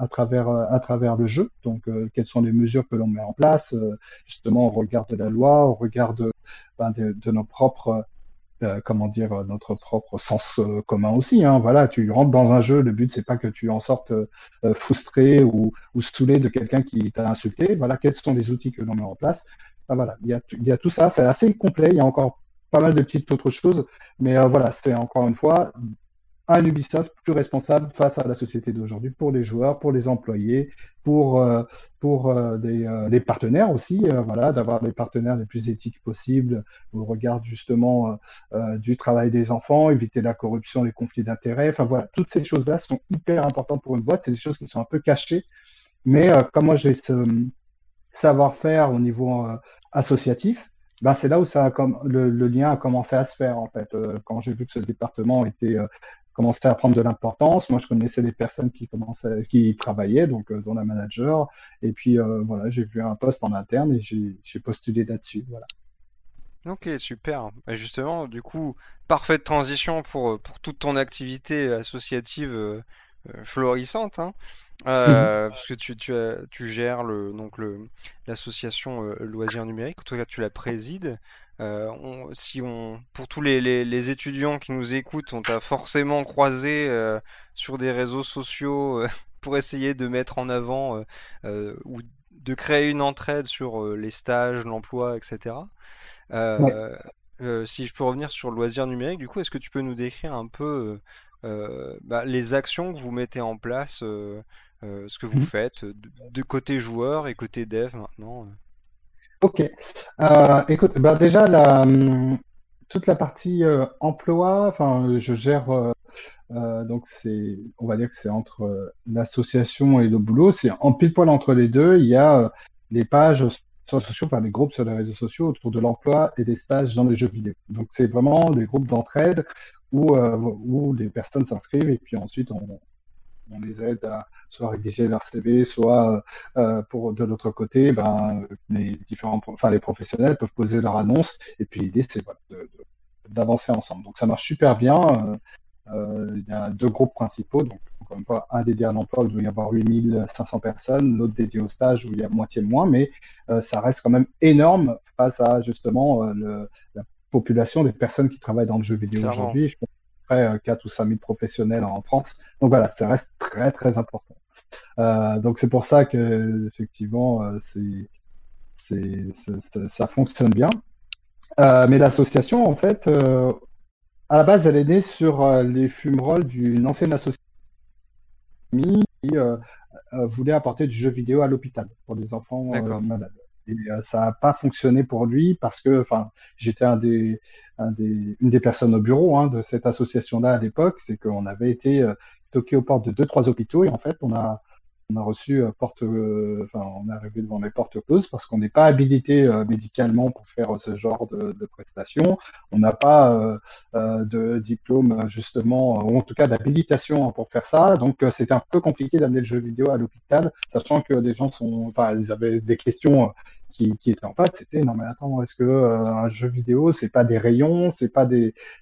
à travers le jeu. Donc, quelles sont les mesures que l'on met en place, justement, au regard de la loi, au regard ben, de nos propres comment dire, notre propre sens commun aussi. Hein. Voilà, tu rentres dans un jeu, le but c'est pas que tu en sortes frustré ou saoulé de quelqu'un qui t'a insulté. Voilà, quels sont les outils que l'on met en place. Ah, voilà, il y a tout ça, c'est assez complet. Il y a encore pas mal de petites autres choses, mais voilà, c'est encore une fois un Ubisoft plus responsable face à la société d'aujourd'hui pour les joueurs, pour les employés, pour, euh, pour les partenaires aussi, voilà, d'avoir les partenaires les plus éthiques possibles au regard justement du travail des enfants, éviter la corruption, les conflits d'intérêts. Enfin voilà, toutes ces choses-là sont hyper importantes pour une boîte. C'est des choses qui sont un peu cachées, mais comme moi j'ai ce savoir-faire au niveau associatif, ben c'est là où le lien a commencé à se faire en fait. Quand j'ai vu que ce département était commençait à prendre de l'importance, moi je connaissais des personnes qui travaillaient, donc dont la manager, et puis voilà, j'ai vu un poste en interne et j'ai postulé là-dessus. Voilà. Ok, super. Bah, justement, du coup, parfaite transition pour toute ton activité associative florissante, hein. Mhm. Parce que tu gères l'association Loisirs Numériques, en tout cas tu la présides. Pour tous les étudiants qui nous écoutent, on t'a forcément croisé sur des réseaux sociaux pour essayer de mettre en avant ou de créer une entraide sur les stages, l'emploi, etc. Ouais. Euh, si je peux revenir sur le loisir numérique, du coup, est-ce que tu peux nous décrire un peu bah, les actions que vous mettez en place, ce que vous Mhm. faites, de côté joueur et côté dev maintenant? Ok. Écoute, bah déjà toute la partie emploi, enfin, je gère donc on va dire que c'est entre l'association et le boulot, c'est en pile poil entre les deux. Il y a des pages sur les sociaux, enfin des groupes sur les réseaux sociaux autour de l'emploi et des stages dans les jeux vidéo. Donc c'est vraiment des groupes d'entraide où les personnes s'inscrivent et puis ensuite on les aide à soit rédiger leur CV, soit pour de l'autre côté, ben, enfin, les professionnels peuvent poser leur annonce. Et puis l'idée, c'est voilà, d'avancer ensemble. Donc ça marche super bien. Il y a deux groupes principaux. Donc encore une fois, un dédié à l'emploi où il doit y avoir 8500 personnes, l'autre dédié au stage où il y a moitié moins, mais ça reste quand même énorme face à justement la population des personnes qui travaillent dans le jeu vidéo Clairement. aujourd'hui. près 4 ou 5 000 professionnels en France. Donc voilà, ça reste très très important. Donc c'est pour ça que effectivement, ça fonctionne bien. Mais l'association, en fait, à la base, elle est née sur les fumerolles d'une ancienne association qui voulait apporter du jeu vidéo à l'hôpital pour les enfants D'accord. malades. Et ça n'a pas fonctionné pour lui parce que, enfin, j'étais une des personnes au bureau hein, de cette association-là à l'époque. C'est qu'on avait été toqué aux portes de deux, trois hôpitaux et en fait, on a reçu enfin, on est arrivé devant les portes closes parce qu'on n'est pas habilité médicalement pour faire ce genre de prestations. On n'a pas de diplôme justement, ou en tout cas d'habilitation pour faire ça. Donc c'était un peu compliqué d'amener le jeu vidéo à l'hôpital, sachant que les gens enfin, ils avaient des questions qui étaient en face. C'était non mais attends, est-ce que un jeu vidéo c'est pas des rayons, c'est pas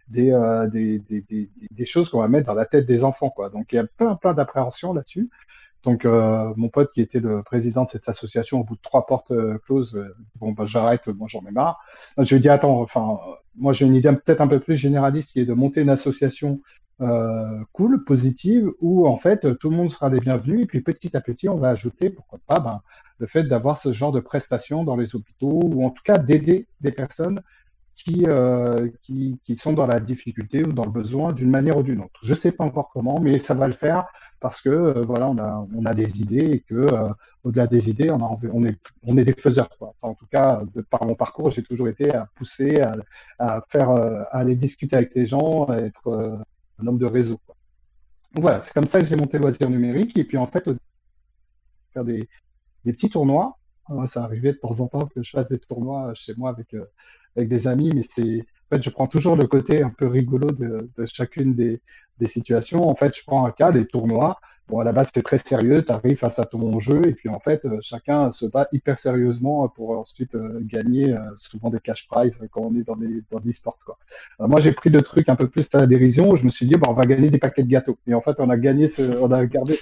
des choses qu'on va mettre dans la tête des enfants quoi. Donc il y a plein d'appréhensions là-dessus. Donc, mon pote qui était le président de cette association, au bout de trois portes closes, bon, bah, j'arrête, moi j'en ai marre. Je lui ai dit, attends, enfin, moi j'ai une idée peut-être un peu plus généraliste qui est de monter une association cool, positive, où en fait tout le monde sera les bienvenus, et puis petit à petit on va ajouter, pourquoi pas, ben, le fait d'avoir ce genre de prestations dans les hôpitaux, ou en tout cas d'aider des personnes qui sont dans la difficulté ou dans le besoin d'une manière ou d'une autre. Je ne sais pas encore comment, mais ça va le faire parce que voilà, on a des idées et que au-delà des idées, on est des faiseurs. Quoi. Enfin, en tout cas, par mon parcours, j'ai toujours été à pousser, à faire, à aller discuter avec les gens, à être un homme de réseau. Quoi. Donc voilà, c'est comme ça que j'ai monté Loisirs Numériques et puis en fait, faire des petits tournois. Ça arrivait de temps en temps que je fasse des tournois chez moi avec des amis, mais en fait, je prends toujours le côté un peu rigolo de chacune des situations. En fait, je prends un cas, les tournois. Bon, à la base, c'est très sérieux, tu arrives face à ton jeu, et puis en fait, chacun se bat hyper sérieusement pour ensuite gagner souvent des cash prizes quand on est dans l'e-sport, quoi. Moi, j'ai pris le truc un peu plus à la dérision, je me suis dit, bon, on va gagner des paquets de gâteaux. Et en fait, on a gardé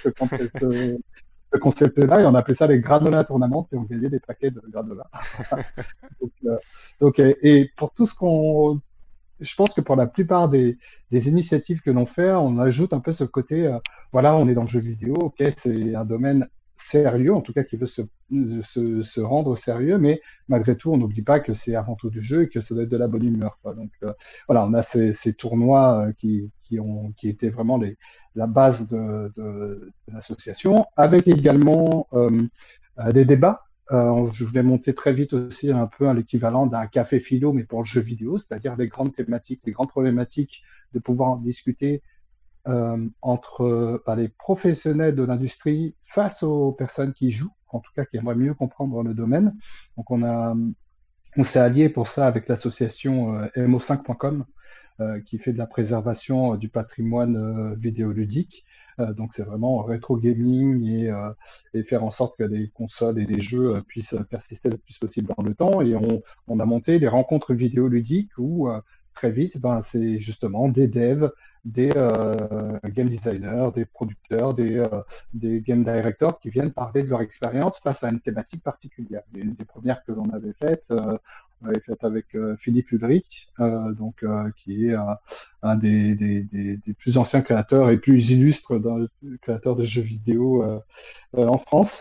ce concept-là et on appelait ça les granola tournaments et on gagnait des paquets de granola. donc, et pour tout ce je pense que pour la plupart des initiatives que l'on fait, on ajoute un peu ce côté, voilà, on est dans le jeu vidéo, ok, c'est un domaine sérieux, en tout cas qui veut se rendre sérieux, mais malgré tout, on n'oublie pas que c'est avant tout du jeu et que ça doit être de la bonne humeur. Quoi. Donc voilà, on a ces tournois qui étaient vraiment la base de l'association, avec également des débats. Je voulais monter très vite aussi un peu à l'équivalent d'un café philo, mais pour le jeu vidéo, c'est-à-dire les grandes thématiques, les grandes problématiques, de pouvoir en discuter entre les professionnels de l'industrie face aux personnes qui jouent, en tout cas qui aimeraient mieux comprendre le domaine. Donc on s'est allié pour ça avec l'association mo5.com qui fait de la préservation du patrimoine vidéoludique. Donc c'est vraiment rétro gaming et faire en sorte que les consoles et les jeux puissent persister le plus possible dans le temps. Et on a monté des rencontres vidéoludiques où très vite, ben, c'est justement des devs, des game designers, des producteurs, des game directors qui viennent parler de leur expérience face à une thématique particulière. Et une des premières que l'on avait faites, on l'avait faite avec Philippe Ulrich, qui est un des plus anciens créateurs et plus illustres créateurs de jeux vidéo en France.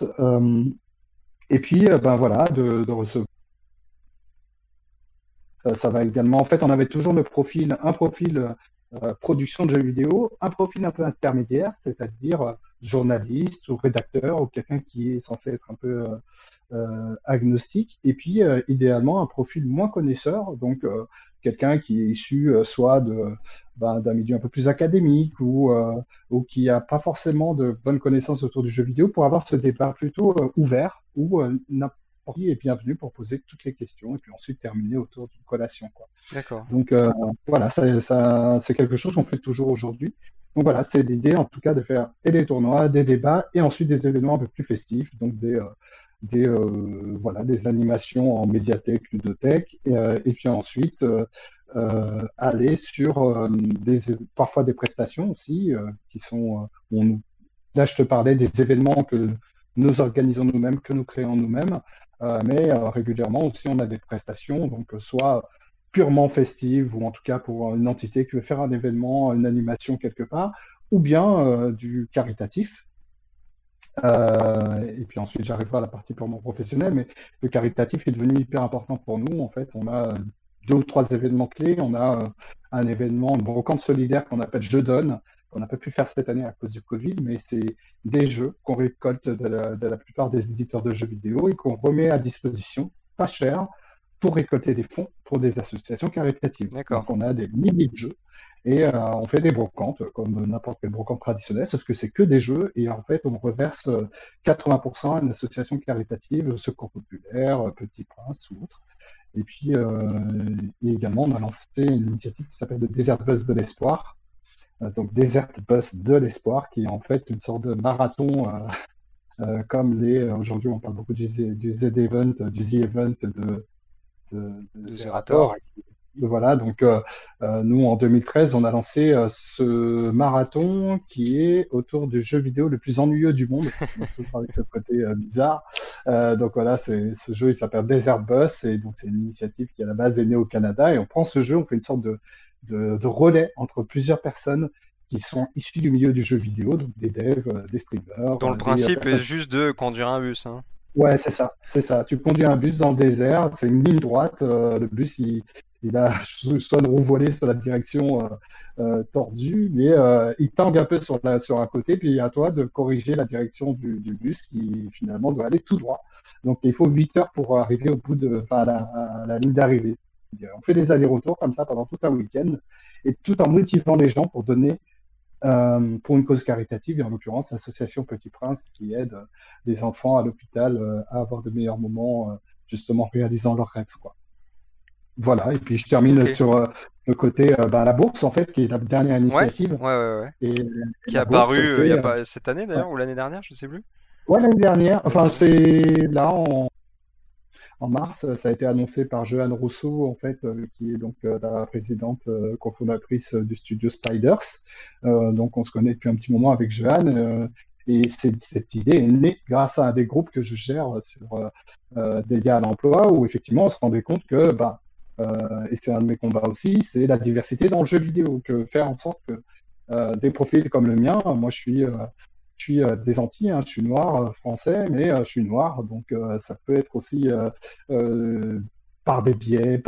Et puis, ben voilà, de recevoir. Ça va également. En fait, on avait toujours un profil production de jeux vidéo, un profil un peu intermédiaire, c'est-à-dire journaliste ou rédacteur ou quelqu'un qui est censé être un peu agnostique, et puis idéalement un profil moins connaisseur, donc quelqu'un qui est issu soit d'un milieu un peu plus académique ou qui n'a pas forcément de bonnes connaissances autour du jeu vidéo pour avoir ce débat plutôt ouvert où n'importe qui est bienvenu pour poser toutes les questions et puis ensuite terminer autour d'une collation, quoi. D'accord. Donc voilà, c'est quelque chose qu'on fait toujours aujourd'hui. Donc voilà, c'est l'idée en tout cas de faire et des tournois, des débats et ensuite des événements un peu plus festifs, donc voilà, des animations en médiathèque, ludothèque, et puis ensuite aller sur parfois des prestations aussi qui sont, là je te parlais des événements que nous organisons nous-mêmes, que nous créons nous-mêmes, mais régulièrement aussi on a des prestations, donc soit purement festive, ou en tout cas pour une entité qui veut faire un événement, une animation quelque part, ou bien du caritatif. Et puis ensuite, j'arriverai à la partie purement professionnelle, mais le caritatif est devenu hyper important pour nous. En fait, on a deux ou trois événements clés. On a un événement, une brocante solidaire qu'on appelle Je donne, qu'on n'a pas pu faire cette année à cause du Covid, mais c'est des jeux qu'on récolte de la plupart des éditeurs de jeux vidéo et qu'on remet à disposition, pas cher, pour récolter des fonds pour des associations caritatives. D'accord. Donc on a des milliers de jeux et on fait des brocantes comme n'importe quelle brocante traditionnelle, sauf que c'est que des jeux et en fait on reverse 80% à une association caritative, Secours Populaire, Petit Prince ou autre. Et puis et également on a lancé une initiative qui s'appelle le Desert Bus de l'Espoir. Donc Desert Bus de l'Espoir, qui est en fait une sorte de marathon comme les aujourd'hui on parle beaucoup du Z-Event, du Z-Event de De Zerator. Zerator. Voilà, donc nous en 2013, on a lancé ce marathon qui est autour du jeu vidéo le plus ennuyeux du monde, donc toujours avec le côté bizarre. Donc voilà, ce jeu, il s'appelle Desert Bus et donc c'est une initiative qui à la base est née au Canada et on prend ce jeu, on fait une sorte de relais entre plusieurs personnes qui sont issues du milieu du jeu vidéo, donc des devs, des streamers, Dont le des principe est personnes. juste de conduire un bus, hein. Ouais, c'est ça, c'est ça. Tu conduis un bus dans le désert, c'est une ligne droite. Le bus, il a soit une roue voilée sur la direction tordue, mais il tangue un peu sur un côté, puis à toi de corriger la direction du bus qui finalement doit aller tout droit. Donc il faut 8 heures pour arriver au bout enfin, à la ligne d'arrivée. On fait des allers-retours comme ça pendant tout un week-end, et tout en motivant les gens pour donner pour une cause caritative, et en l'occurrence l'association Petit Prince qui aide les enfants à l'hôpital à avoir de meilleurs moments, justement réalisant leurs rêves, quoi. Voilà, et puis je termine Ok. sur le côté la bourse, en fait, qui est la dernière Ouais, initiative. ouais, ouais, ouais. Et Qui est la bourse, apparu il y c'est a pas cette année ouais. d'ailleurs, ou l'année dernière, je sais plus. Ouais, l'année dernière, L'année enfin dernière. c'est là en mars, ça a été annoncé par Jeanne Rousseau, en fait, qui est donc la présidente cofondatrice du studio Spiders. Donc, on se connaît depuis un petit moment avec Jeanne. Et cette idée est née grâce à un des groupes que je gère sur dédié à l'emploi, où effectivement, on se rendait compte que, et c'est un de mes combats aussi, c'est la diversité dans le jeu vidéo, que faire en sorte que des profils comme le mien, moi je suis des Antilles, hein, je suis noir, français, mais je suis noir, donc ça peut être aussi euh, par des biais,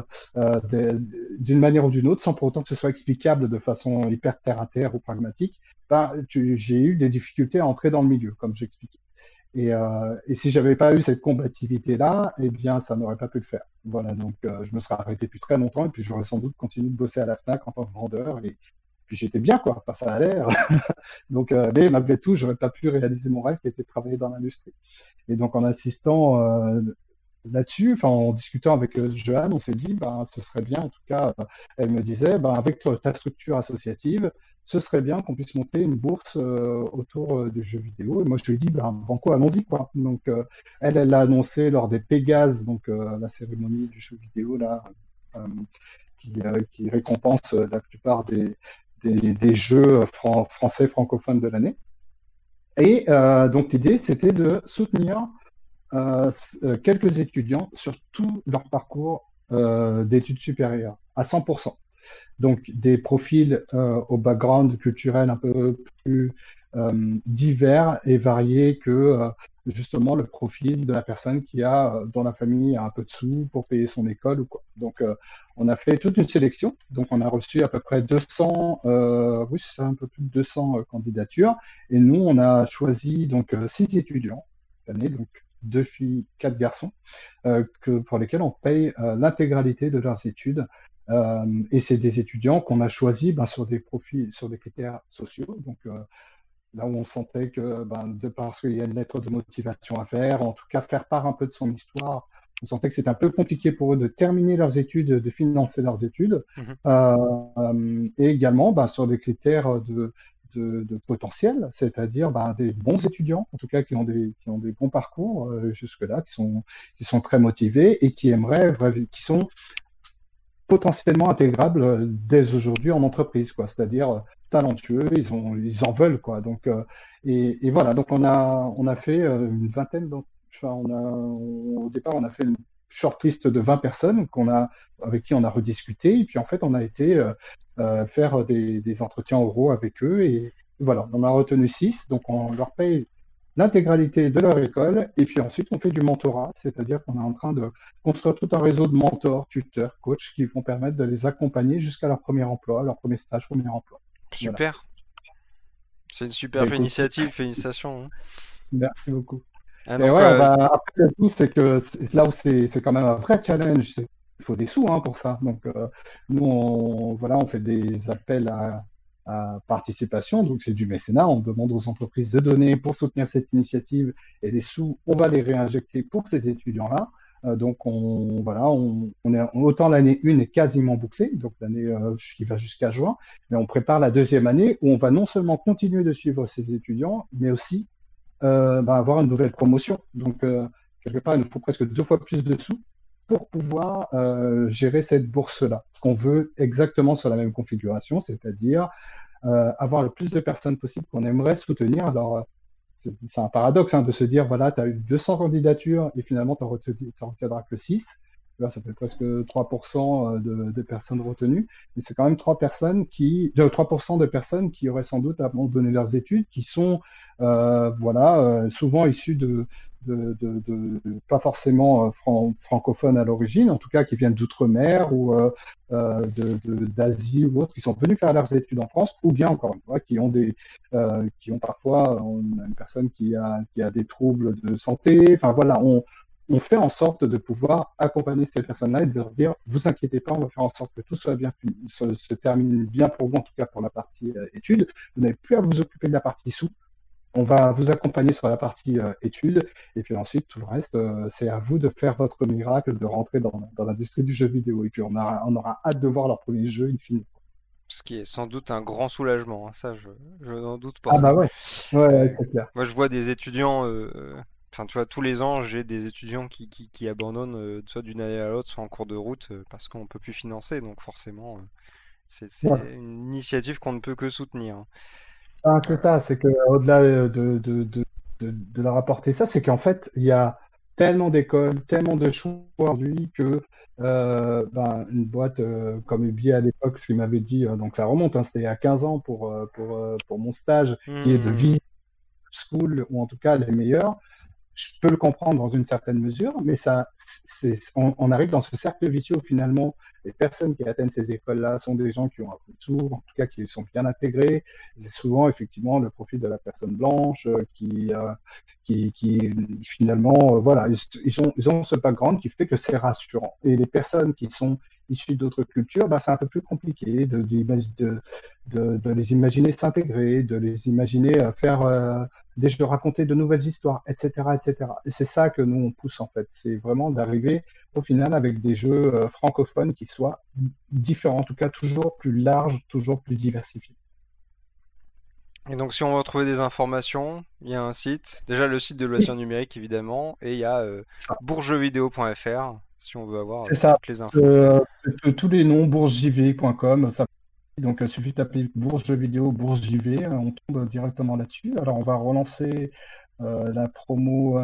d'une manière ou d'une autre, sans pour autant que ce soit explicable de façon hyper terre à terre ou pragmatique. J'ai eu des difficultés à entrer dans le milieu, comme j'expliquais. Et si j'avais pas eu cette combativité-là, eh bien, ça n'aurait pas pu le faire. Voilà, donc je me serais arrêté depuis très longtemps, et puis j'aurais sans doute continué de bosser à la FNAC en tant que vendeur, et puis j'étais bien, quoi. Enfin, ça allait. Donc, mais malgré tout, j'aurais pas pu réaliser mon rêve qui était de travailler dans l'industrie. Et donc, en insistant là-dessus, enfin, en discutant avec Joanne, on s'est dit, ben, ce serait bien, en tout cas, elle me disait, ben, avec ta structure associative, ce serait bien qu'on puisse monter une bourse autour du jeu vidéo. Et moi, je lui ai dit, ben, banco, allons-y, quoi. Donc, elle l'a annoncé lors des Pégases, donc la cérémonie du jeu vidéo, là, euh, qui récompense la plupart des jeux français francophones de l'année. Et donc l'idée, c'était de soutenir quelques étudiants sur tout leur parcours d'études supérieures, à 100%. Donc des profils au background culturel un peu plus divers et variés que justement le profil de la personne qui a dans la famille a un peu de sous pour payer son école ou quoi. Donc on a fait toute une sélection. Donc on a reçu à peu près 200, oui c'est ça, un peu plus de 200 candidatures. Et nous on a choisi donc 6 étudiants cette année, donc 2 filles, 4 garçons, pour lesquels on paye l'intégralité de leurs études et c'est des étudiants qu'on a choisis sur des profils, sur des critères sociaux. Donc là où on sentait que, de parce qu'il y a une lettre de motivation à faire, en tout cas faire part un peu de son histoire, on sentait que c'était un peu compliqué pour eux de terminer leurs études, de financer leurs études, Mhm. et également sur des critères de potentiel, c'est-à-dire des bons étudiants, en tout cas qui ont des bons parcours jusque-là, qui sont très motivés et qui aimeraient, qui sont potentiellement intégrables dès aujourd'hui en entreprise, quoi. C'est-à-dire talentueux, ils en veulent, quoi. Donc, et voilà. Donc, on a fait une vingtaine. Enfin, au départ, on a fait shortlist de 20 personnes avec qui on a rediscuté. Et puis en fait, on a été faire des entretiens oraux avec eux. Et voilà, on en a retenu 6. Donc on leur paye l'intégralité de leur école. Et puis ensuite, on fait du mentorat, c'est-à-dire qu'on est en train de construire tout un réseau de mentors, tuteurs, coachs qui vont permettre de les accompagner jusqu'à leur premier emploi, leur premier stage, premier emploi. Voilà. Super. C'est une Ben, super écoute, initiative, félicitations, hein. merci beaucoup. Ah, Et donc, ouais, après le tout, c'est que là où c'est quand même un vrai challenge, il faut des sous hein, pour ça. Donc nous, voilà, on fait des appels à participation, donc c'est du mécénat. On demande aux entreprises de donner pour soutenir cette initiative et les sous, on va les réinjecter pour ces étudiants-là. Donc voilà, on est autant l'année 1 est quasiment bouclée, donc l'année qui va jusqu'à juin, mais on prépare la deuxième année où on va non seulement continuer de suivre ces étudiants, mais aussi avoir une nouvelle promotion. Donc, quelque part, il nous faut presque 2 fois plus de sous pour pouvoir gérer cette bourse-là. Ce qu'on veut exactement sur la même configuration, c'est-à-dire avoir le plus de personnes possible qu'on aimerait soutenir. Alors, c'est un paradoxe hein, de se dire, voilà, tu as eu 200 candidatures et finalement, tu n'en retiendras que 6. Là, ça fait presque 3% de personnes retenues. Mais c'est quand même 3% de personnes qui auraient sans doute abandonné leurs études, qui sont souvent issues pas forcément francophones à l'origine, en tout cas qui viennent d'outre-mer ou d'Asie ou autres, qui sont venus faire leurs études en France, ou bien encore une fois, qui ont parfois une personne qui a des troubles de santé. Enfin voilà, on fait en sorte de pouvoir accompagner ces personnes-là et de leur dire, vous inquiétez pas, on va faire en sorte que tout soit bien, se termine bien pour vous, en tout cas pour la partie études. Vous n'avez plus à vous occuper de la partie sous. On va vous accompagner sur la partie études. Et puis ensuite, tout le reste, c'est à vous de faire votre miracle, de rentrer dans l'industrie du jeu vidéo. Et puis on aura hâte de voir leur premier jeu, in fine. ce qui est sans doute un grand soulagement, hein, ça je n'en doute Ah pas. bah ouais, ouais, Euh, ouais, c'est clair. Moi je vois des étudiants, enfin tu vois, tous les ans j'ai des étudiants qui abandonnent soit d'une année à l'autre, soit en cours de route, parce qu'on peut plus financer, donc forcément Ouais. c'est une initiative qu'on ne peut que soutenir, hein. Ah, c'est Euh, ça, c'est que au-delà de leur apporter ça, c'est qu'en fait, il y a tellement d'écoles, tellement de choix aujourd'hui que une boîte comme UBI à l'époque, ce qu'il m'avait dit, donc ça remonte, hein, c'était il y a 15 ans pour mon stage, qui est de hmm, Vision School, ou en tout cas les meilleurs. Je peux le comprendre dans une certaine mesure, mais on arrive dans ce cercle vicieux où finalement, les personnes qui atteignent ces écoles-là sont des gens qui ont un peu de sous, en tout cas qui sont bien intégrés. C'est souvent effectivement le profil de la personne blanche qui finalement, voilà, ils ont ce background qui fait que c'est rassurant. Et les personnes qui sont issues d'autres cultures, bah, c'est un peu plus compliqué de les imaginer s'intégrer, de les imaginer faire de raconter de nouvelles histoires, etc., etc. Et c'est ça que nous on pousse en fait, c'est vraiment d'arriver au final avec des jeux francophones qui soient différents, en tout cas toujours plus larges, toujours plus diversifiés. Et donc si on veut retrouver des informations, il y a un site, déjà le site de loisirs Oui, numériques évidemment, et il y a ça. bourgejeuxvideo.fr si on veut avoir C'est ça. toutes les infos. Tous les noms, boursejv.com, ça. Donc, il suffit de taper Bourse Jeux Vidéo, Bourse JV, on tombe directement là-dessus. Alors, on va relancer la promo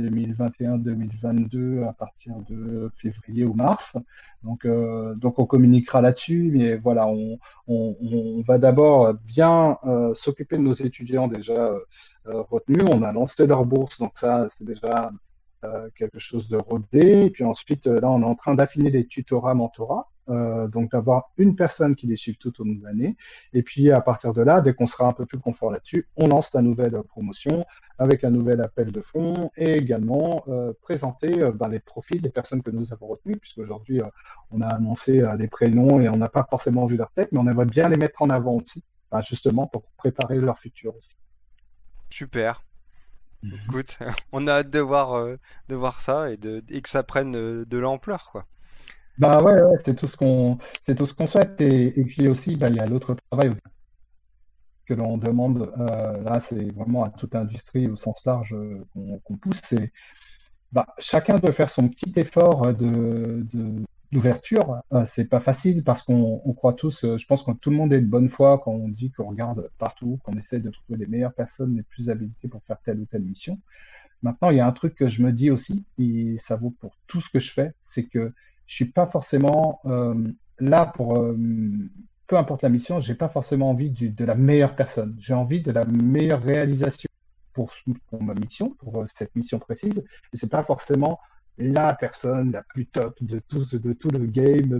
2021-2022 à partir de février ou mars. Donc on communiquera là-dessus, mais voilà, on va d'abord bien s'occuper de nos étudiants déjà retenus. On a lancé leur bourse, donc ça, c'est déjà quelque chose de rodé. Et puis ensuite, là, on est en train d'affiner les tutorats, mentorats. Donc d'avoir une personne qui les suive tout au long de l'année. Et puis à partir de là, dès qu'on sera un peu plus confort là-dessus, on lance la nouvelle promotion avec un nouvel appel de fonds et également présenter les profils des personnes que nous avons retenues, puisqu'aujourd'hui, on a annoncé les prénoms et on n'a pas forcément vu leur tête, mais on aimerait bien les mettre en avant aussi, justement pour préparer leur futur aussi. Super. Mhm. Écoute, on a hâte de voir ça et que ça prenne de l'ampleur, quoi. Bah ouais, ouais, c'est tout ce qu'on souhaite. Et puis aussi, il y a l'autre travail que l'on demande. Là, c'est vraiment à toute industrie au sens large qu'on pousse. C'est chacun doit faire son petit effort d'ouverture. C'est pas facile parce qu'on croit tous. Je pense que tout le monde est de bonne foi quand on dit qu'on regarde partout, qu'on essaie de trouver les meilleures personnes, les plus habilitées pour faire telle ou telle mission. Maintenant, il y a un truc que je me dis aussi, et ça vaut pour tout ce que je fais, c'est que je suis pas forcément là pour, peu importe la mission, j'ai pas forcément envie de la meilleure personne. J'ai envie de la meilleure réalisation pour ma mission, pour cette mission précise. Et c'est pas forcément la personne la plus top de tout le game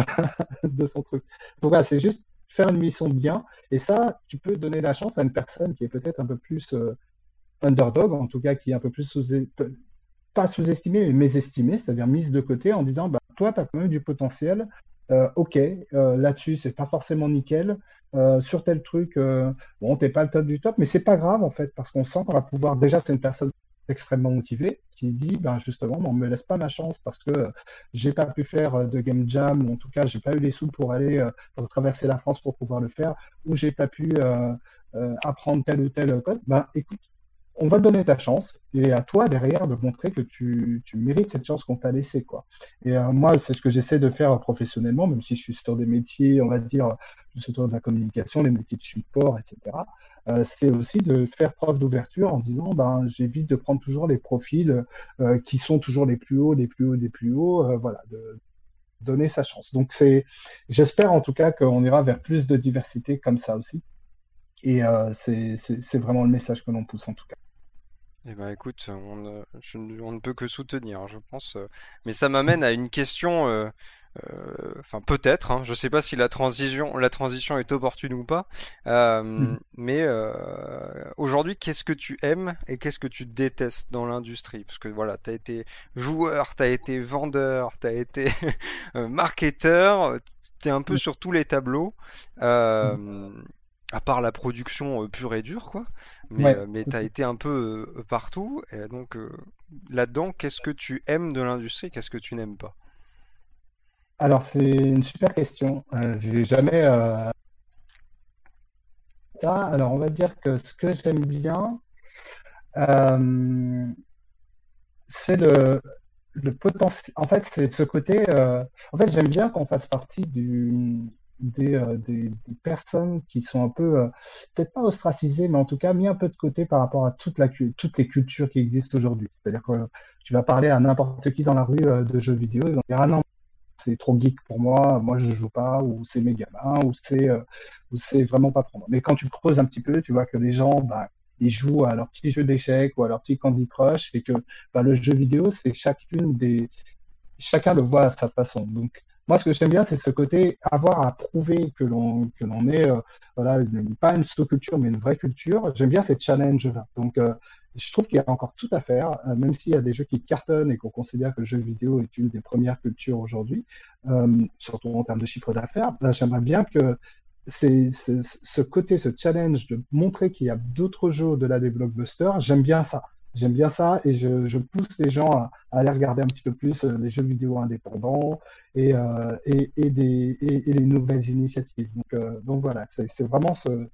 de son truc. Donc voilà, c'est juste faire une mission bien. Et ça, tu peux donner la chance à une personne qui est peut-être un peu plus underdog, en tout cas qui est un peu plus pas sous-estimé, mais mésestimé, c'est-à-dire mise de côté en disant, bah, toi, tu as quand même du potentiel. Ok, là-dessus, c'est pas forcément nickel. Sur tel truc, bon, t'es pas le top du top, mais c'est pas grave en fait, parce qu'on sent qu'on va pouvoir. Déjà, c'est une personne extrêmement motivée qui dit, ben justement, on me laisse pas ma chance parce que j'ai pas pu faire de game jam, ou en tout cas, j'ai pas eu les sous pour aller pour traverser la France pour pouvoir le faire, ou j'ai pas pu apprendre tel ou tel code. Ben écoute, on va te donner ta chance et à toi derrière de montrer que tu mérites cette chance qu'on t'a laissée, quoi. Et moi, c'est ce que j'essaie de faire professionnellement, même si je suis sur des métiers, on va dire, plus autour de la communication, les métiers de support, etc. C'est aussi de faire preuve d'ouverture en disant, ben, j'évite de prendre toujours les profils qui sont toujours les plus hauts, les plus hauts, les plus hauts, voilà, de donner sa chance. Donc j'espère en tout cas qu'on ira vers plus de diversité comme ça aussi. Et c'est vraiment le message que l'on pousse en tout cas. Eh ben écoute, on ne peut que soutenir, hein, je pense. Mais ça m'amène à une question, enfin peut-être, hein, je sais pas si la transition est opportune ou pas. Mais aujourd'hui, qu'est-ce que tu aimes et qu'est-ce que tu détestes dans l'industrie? Parce que voilà, t'as été joueur, t'as été vendeur, t'as été marketeur, t'es un peu sur tous les tableaux. Euh, à part la production pure et dure, quoi. Mais, Ouais. euh, mais t'as été un peu partout. Et donc, là-dedans, qu'est-ce que tu aimes de l'industrie? Qu'est-ce que tu n'aimes pas? Alors, c'est une super question. J'ai jamais ça. Alors, on va dire que ce que j'aime bien, euh, c'est le potentiel. En fait, c'est de ce côté. En fait, j'aime bien qu'on fasse partie des personnes qui sont un peu, peut-être pas ostracisées, mais en tout cas mis un peu de côté par rapport à toutes les cultures qui existent aujourd'hui. C'est-à-dire que tu vas parler à n'importe qui dans la rue de jeux vidéo, ils vont dire, ah non, c'est trop geek pour moi je joue pas, ou c'est mes gamins, ou c'est vraiment pas pour moi. Mais quand tu creuses un petit peu, tu vois que les gens, bah, ils jouent à leur petit jeu d'échecs ou à leur petit Candy Crush, et que bah, le jeu vidéo, c'est chacun le voit à sa façon. Donc, moi, ce que j'aime bien, c'est ce côté avoir à prouver que l'on est, voilà, pas une sous-culture, mais une vraie culture. J'aime bien ces challenges-là. Donc, je trouve qu'il y a encore tout à faire, même s'il y a des jeux qui cartonnent et qu'on considère que le jeu vidéo est une des premières cultures aujourd'hui, surtout en termes de chiffre d'affaires. Là, j'aimerais bien que ce côté, ce challenge de montrer qu'il y a d'autres jeux au-delà des blockbusters, j'aime bien ça. J'aime bien ça et je pousse les gens à aller regarder un petit peu plus les jeux vidéo indépendants et les nouvelles initiatives. Donc voilà, c'est vraiment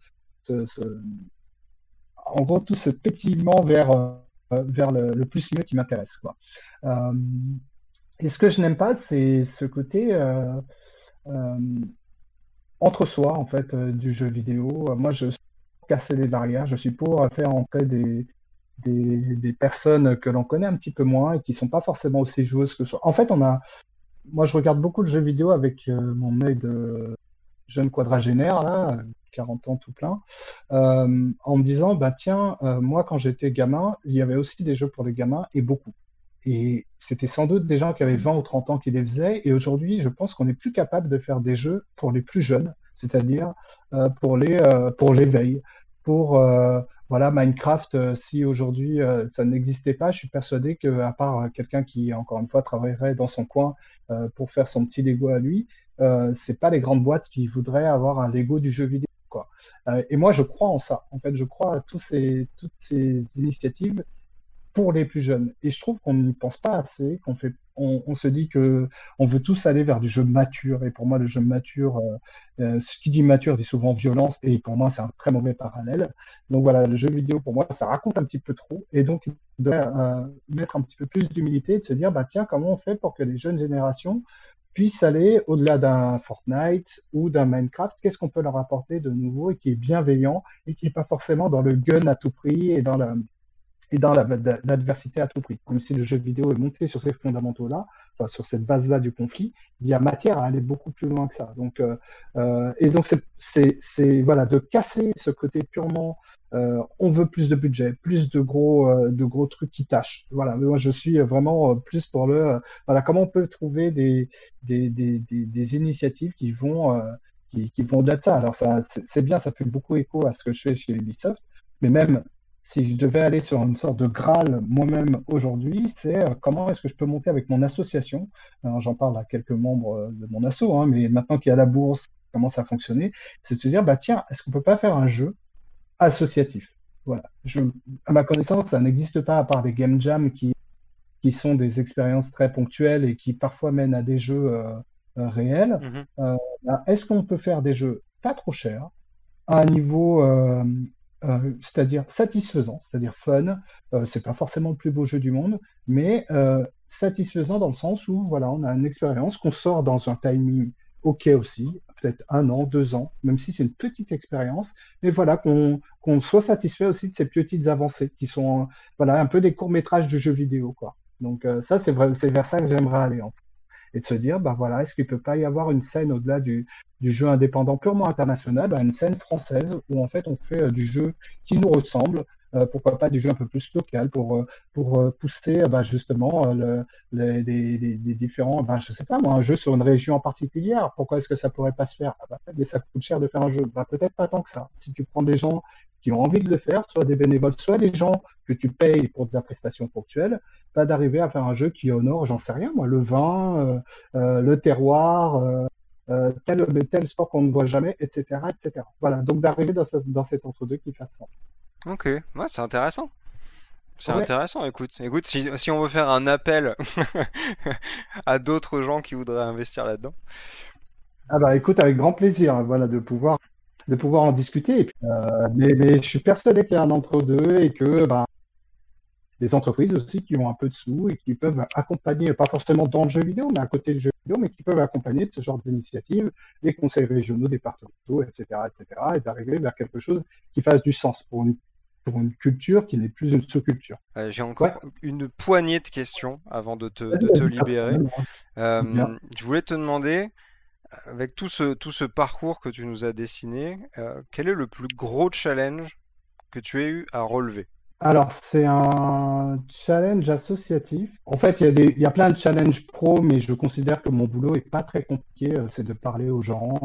en gros tout ce pétillement vers le plus mieux qui m'intéresse, quoi. Euh, et ce que je n'aime pas, c'est ce côté euh, entre soi en fait du jeu vidéo. Moi, je suis pour casser les barrières, je suis pour faire entrer des personnes que l'on connaît un petit peu moins et qui sont pas forcément aussi joueuses que soi. En fait, moi, je regarde beaucoup de jeux vidéo avec mon œil de jeune quadragénaire, là, 40 ans tout plein, en me disant, bah tiens, moi, quand j'étais gamin, il y avait aussi des jeux pour les gamins et beaucoup. Et c'était sans doute des gens qui avaient 20 ou 30 ans qui les faisaient. Et aujourd'hui, je pense qu'on est plus capable de faire des jeux pour les plus jeunes, c'est-à-dire pour l'éveil, pour voilà Minecraft. Si aujourd'hui ça n'existait pas, je suis persuadé que à part quelqu'un qui encore une fois travaillerait dans son coin pour faire son petit Lego à lui, c'est pas les grandes boîtes qui voudraient avoir un Lego du jeu vidéo, quoi. Et moi, je crois en ça. En fait, je crois à toutes ces initiatives pour les plus jeunes. Et je trouve qu'on n'y pense pas assez, on se dit que on veut tous aller vers du jeu mature. Et pour moi, le jeu mature, ce qui dit mature dit souvent violence. Et pour moi, c'est un très mauvais parallèle. Donc voilà, le jeu vidéo, pour moi, ça raconte un petit peu trop. Et donc, il devrait mettre un petit peu plus d'humilité et de se dire, bah tiens, comment on fait pour que les jeunes générations puissent aller au-delà d'un Fortnite ou d'un Minecraft? Qu'est-ce qu'on peut leur apporter de nouveau et qui est bienveillant et qui n'est pas forcément dans le gun à tout prix et et dans l'adversité à tout prix. Même si le jeu vidéo est monté sur ces fondamentaux-là, enfin, sur cette base-là du conflit, il y a matière à aller beaucoup plus loin que ça. Donc, et donc voilà, de casser ce côté purement, on veut plus de budget, plus de gros trucs qui tâchent. Voilà, moi je suis vraiment plus pour voilà, comment on peut trouver des initiatives qui vont au-delà de ça. Alors ça, c'est bien, ça fait beaucoup écho à ce que je fais chez Ubisoft, mais même si je devais aller sur une sorte de Graal moi-même aujourd'hui, c'est comment est-ce que je peux monter avec mon association. Alors, j'en parle à quelques membres de mon asso, hein, mais maintenant qu'il y a la bourse, comment ça fonctionner, c'est de se dire, bah tiens, est-ce qu'on peut pas faire un jeu associatif? Voilà. À ma connaissance, ça n'existe pas à part des game jams qui sont des expériences très ponctuelles et qui parfois mènent à des jeux réels. Mhm. Bah, est-ce qu'on peut faire des jeux pas trop chers, à un niveau, c'est-à-dire satisfaisant, c'est-à-dire fun. C'est pas forcément le plus beau jeu du monde, mais satisfaisant dans le sens où voilà, on a une expérience qu'on sort dans un timing OK aussi, peut-être un an, 2 ans, même si c'est une petite expérience, mais voilà, qu'on soit satisfait aussi de ces petites avancées qui sont voilà, un peu des courts-métrages du jeu vidéo, quoi. Donc ça, c'est vrai, c'est vers ça que j'aimerais aller, en fait. Et de se dire, bah voilà, est-ce qu'il peut pas y avoir une scène au-delà du jeu indépendant purement international, bah, une scène française où en fait on fait du jeu qui nous ressemble, pourquoi pas du jeu un peu plus local pour pousser bah, justement les différents, bah, je sais pas moi, un jeu sur une région en particulier, pourquoi est-ce que ça pourrait pas se faire? Ah bah, mais ça coûte cher de faire un jeu, bah peut-être pas tant que ça. Si tu prends des gens qui ont envie de le faire, soit des bénévoles, soit des gens que tu payes pour de la prestation ponctuelle, pas d'arriver à faire un jeu qui honore, j'en sais rien moi, le vin, le terroir, tel sport qu'on ne voit jamais, etc., etc. Voilà, donc d'arriver dans cet entre-deux qui fasse sens. Ok, ouais, c'est intéressant. C'est Ouais. intéressant, écoute, si on veut faire un appel à d'autres gens qui voudraient investir là-dedans. Ah bah écoute, avec grand plaisir, hein, voilà, de pouvoir en discuter. Et puis, mais je suis persuadé qu'il y a un entre-deux et que bah, des entreprises aussi qui ont un peu de sous et qui peuvent accompagner, pas forcément dans le jeu vidéo, mais à côté du jeu vidéo, mais qui peuvent accompagner ce genre d'initiative, les conseils régionaux, départementaux, etc., etc., et d'arriver vers quelque chose qui fasse du sens pour une culture qui n'est plus une sous-culture. J'ai Ouais, encore une poignée de questions avant vas-y, de te vas-y, pas de libérer. problème, hein. Bien. Je voulais te demander, avec tout ce parcours que tu nous as dessiné, quel est le plus gros challenge que tu aies eu à relever? Alors, c'est un challenge associatif. En fait, il y a plein de challenges pro, mais je considère que mon boulot est pas très compliqué. C'est de parler aux gens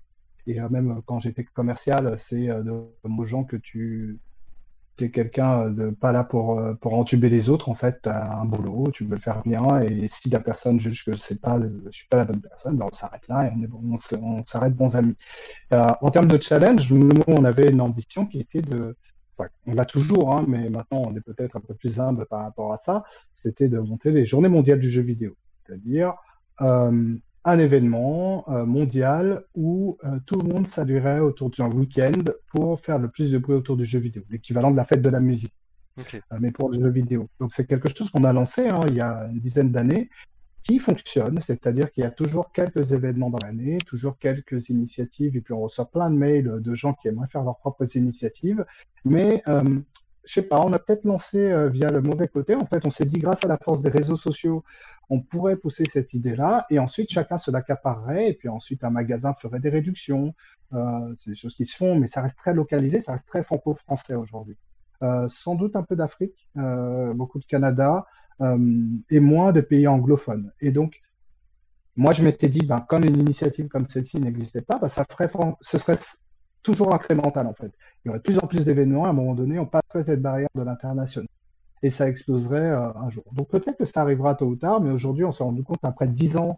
et même quand j'étais commercial, c'est de aux gens que tu es quelqu'un de pas là pour entuber les autres. En fait, tu as un boulot, tu veux le faire bien, et si la personne juge que je suis pas la bonne personne, ben on s'arrête là et on s'arrête bons amis. En termes de challenge, nous, on avait une ambition qui était enfin, on l'a toujours, hein, mais maintenant on est peut-être un peu plus humble par rapport à ça, c'était de monter les Journées mondiales du jeu vidéo. C'est-à-dire euh, un événement mondial où tout le monde s'allurait autour d'un week-end pour faire le plus de bruit autour du jeu vidéo, l'équivalent de la fête de la musique, Ok. mais pour le jeu vidéo. Donc c'est quelque chose qu'on a lancé hein, il y a une dizaine d'années qui fonctionne, c'est-à-dire qu'il y a toujours quelques événements dans l'année, toujours quelques initiatives, et puis on reçoit plein de mails de gens qui aimeraient faire leurs propres initiatives, mais je sais pas, on a peut-être lancé via le mauvais côté. En fait, on s'est dit grâce à la force des réseaux sociaux, on pourrait pousser cette idée-là, et ensuite chacun se l'accaparerait, et puis ensuite un magasin ferait des réductions. C'est des choses qui se font, mais ça reste très localisé, ça reste très franco-français aujourd'hui. Sans doute un peu d'Afrique, beaucoup de Canada, et moins de pays anglophones. Et donc, moi, je m'étais dit, ben, comme une initiative comme celle-ci n'existait pas, ben, ce serait toujours incrémental, en fait. Il y aurait de plus en plus d'événements, à un moment donné, on passerait cette barrière de l'international. Et ça exploserait un jour. Donc peut-être que ça arrivera tôt ou tard, mais aujourd'hui, on s'est rendu compte, après 10 ans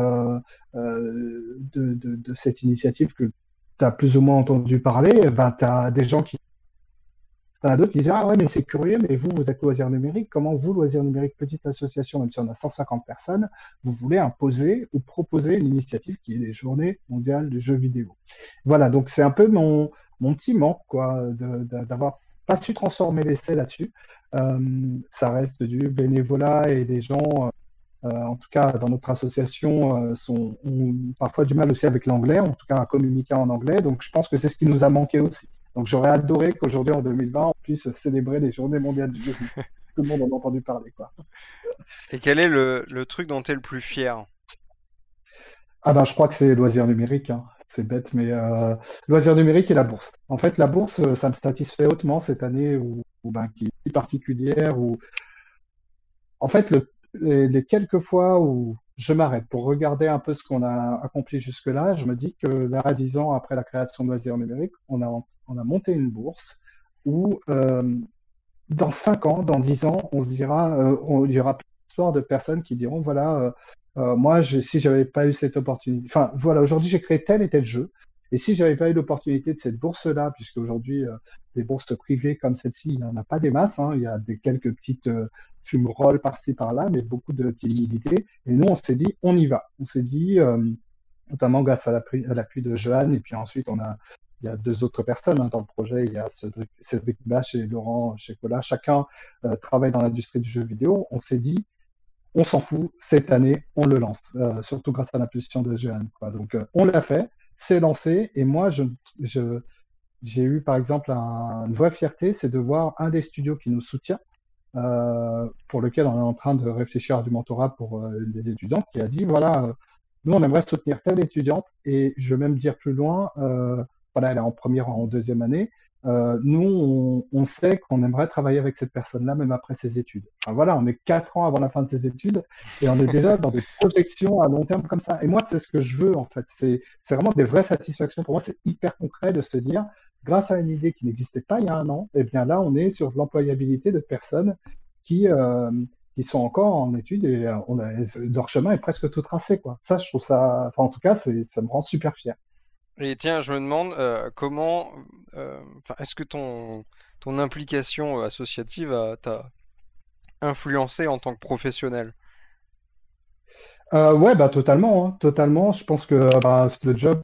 de cette initiative que tu as plus ou moins entendu parler, ben, tu as des gens qui T'en as d'autres qui disent, ah ouais, mais c'est curieux, mais vous êtes loisirs numérique. Comment vous, loisirs numérique, petite association, même si on a 150 personnes, vous voulez imposer ou proposer une initiative qui est les Journées mondiales du jeu vidéo? Voilà, donc c'est un peu mon petit manque, quoi, d'avoir pas su transformer l'essai là-dessus. Ça reste du bénévolat et des gens, en tout cas dans notre association, ont parfois du mal aussi avec l'anglais, en tout cas à communiquer en anglais. Donc je pense que c'est ce qui nous a manqué aussi. Donc j'aurais adoré qu'aujourd'hui, en 2020, on puisse célébrer les journées mondiales du jeu vidéo. Tout le monde en a entendu parler, quoi. Et quel est le truc dont tu es le plus fier? Ah ben, je crois que c'est loisirs numériques, hein. C'est bête, mais loisirs numériques et la bourse. En fait, la bourse, ça me satisfait hautement cette année ben, qui est si particulière, où en fait, les quelques fois où je m'arrête pour regarder un peu ce qu'on a accompli jusque-là, je me dis que là, 10 ans après la création de loisirs numériques, on a monté une bourse où dans 5 ans, dans 10 ans, on se dira, il y aura plein d'histoires de personnes qui diront, voilà, moi, si j'avais pas eu cette opportunité, enfin, voilà, aujourd'hui, j'ai créé tel et tel jeu. Et si j'avais pas eu l'opportunité de cette bourse-là, puisque aujourd'hui, des bourses privées comme celle-ci, il n'y en a pas des masses, hein, il y a quelques petites fumerolles par-ci, par-là, mais beaucoup de timidité. Et nous, on s'est dit, on y va. On s'est dit, notamment grâce à l'appui de Johan, et puis ensuite, il y a deux autres personnes dans le projet. Il y a Cédric Bach et Laurent Checola. Chacun travaille dans l'industrie du jeu vidéo. On s'est dit, on s'en fout, cette année, on le lance. Surtout grâce à l'impulsion de Johan, quoi. Donc, on l'a fait, c'est lancé. Et moi, j'ai eu, par exemple, une vraie fierté, c'est de voir un des studios qui nous soutient, pour lequel on est en train de réfléchir à du mentorat pour des étudiants, qui a dit, voilà, nous, on aimerait soutenir telle étudiante, et je vais même dire plus loin, voilà, elle est en première ou en deuxième année, nous, on sait qu'on aimerait travailler avec cette personne-là, même après ses études. Enfin, voilà, on est 4 ans avant la fin de ses études, et on est déjà dans des projections à long terme comme ça. Et moi, c'est ce que je veux, en fait. C'est vraiment des vraies satisfactions. Pour moi, c'est hyper concret de se dire, grâce à une idée qui n'existait pas il y a un an, eh bien là, on est sur l'employabilité de personnes qui, euh, qui sont encore en études et leur chemin est presque tout tracé, quoi. Ça, je trouve ça, enfin, en tout cas, ça me rend super fier. Et tiens, je me demande comment, enfin, est-ce que ton implication associative t'a influencé en tant que professionnel? Ouais, bah totalement, hein, totalement. Je pense que bah, le job,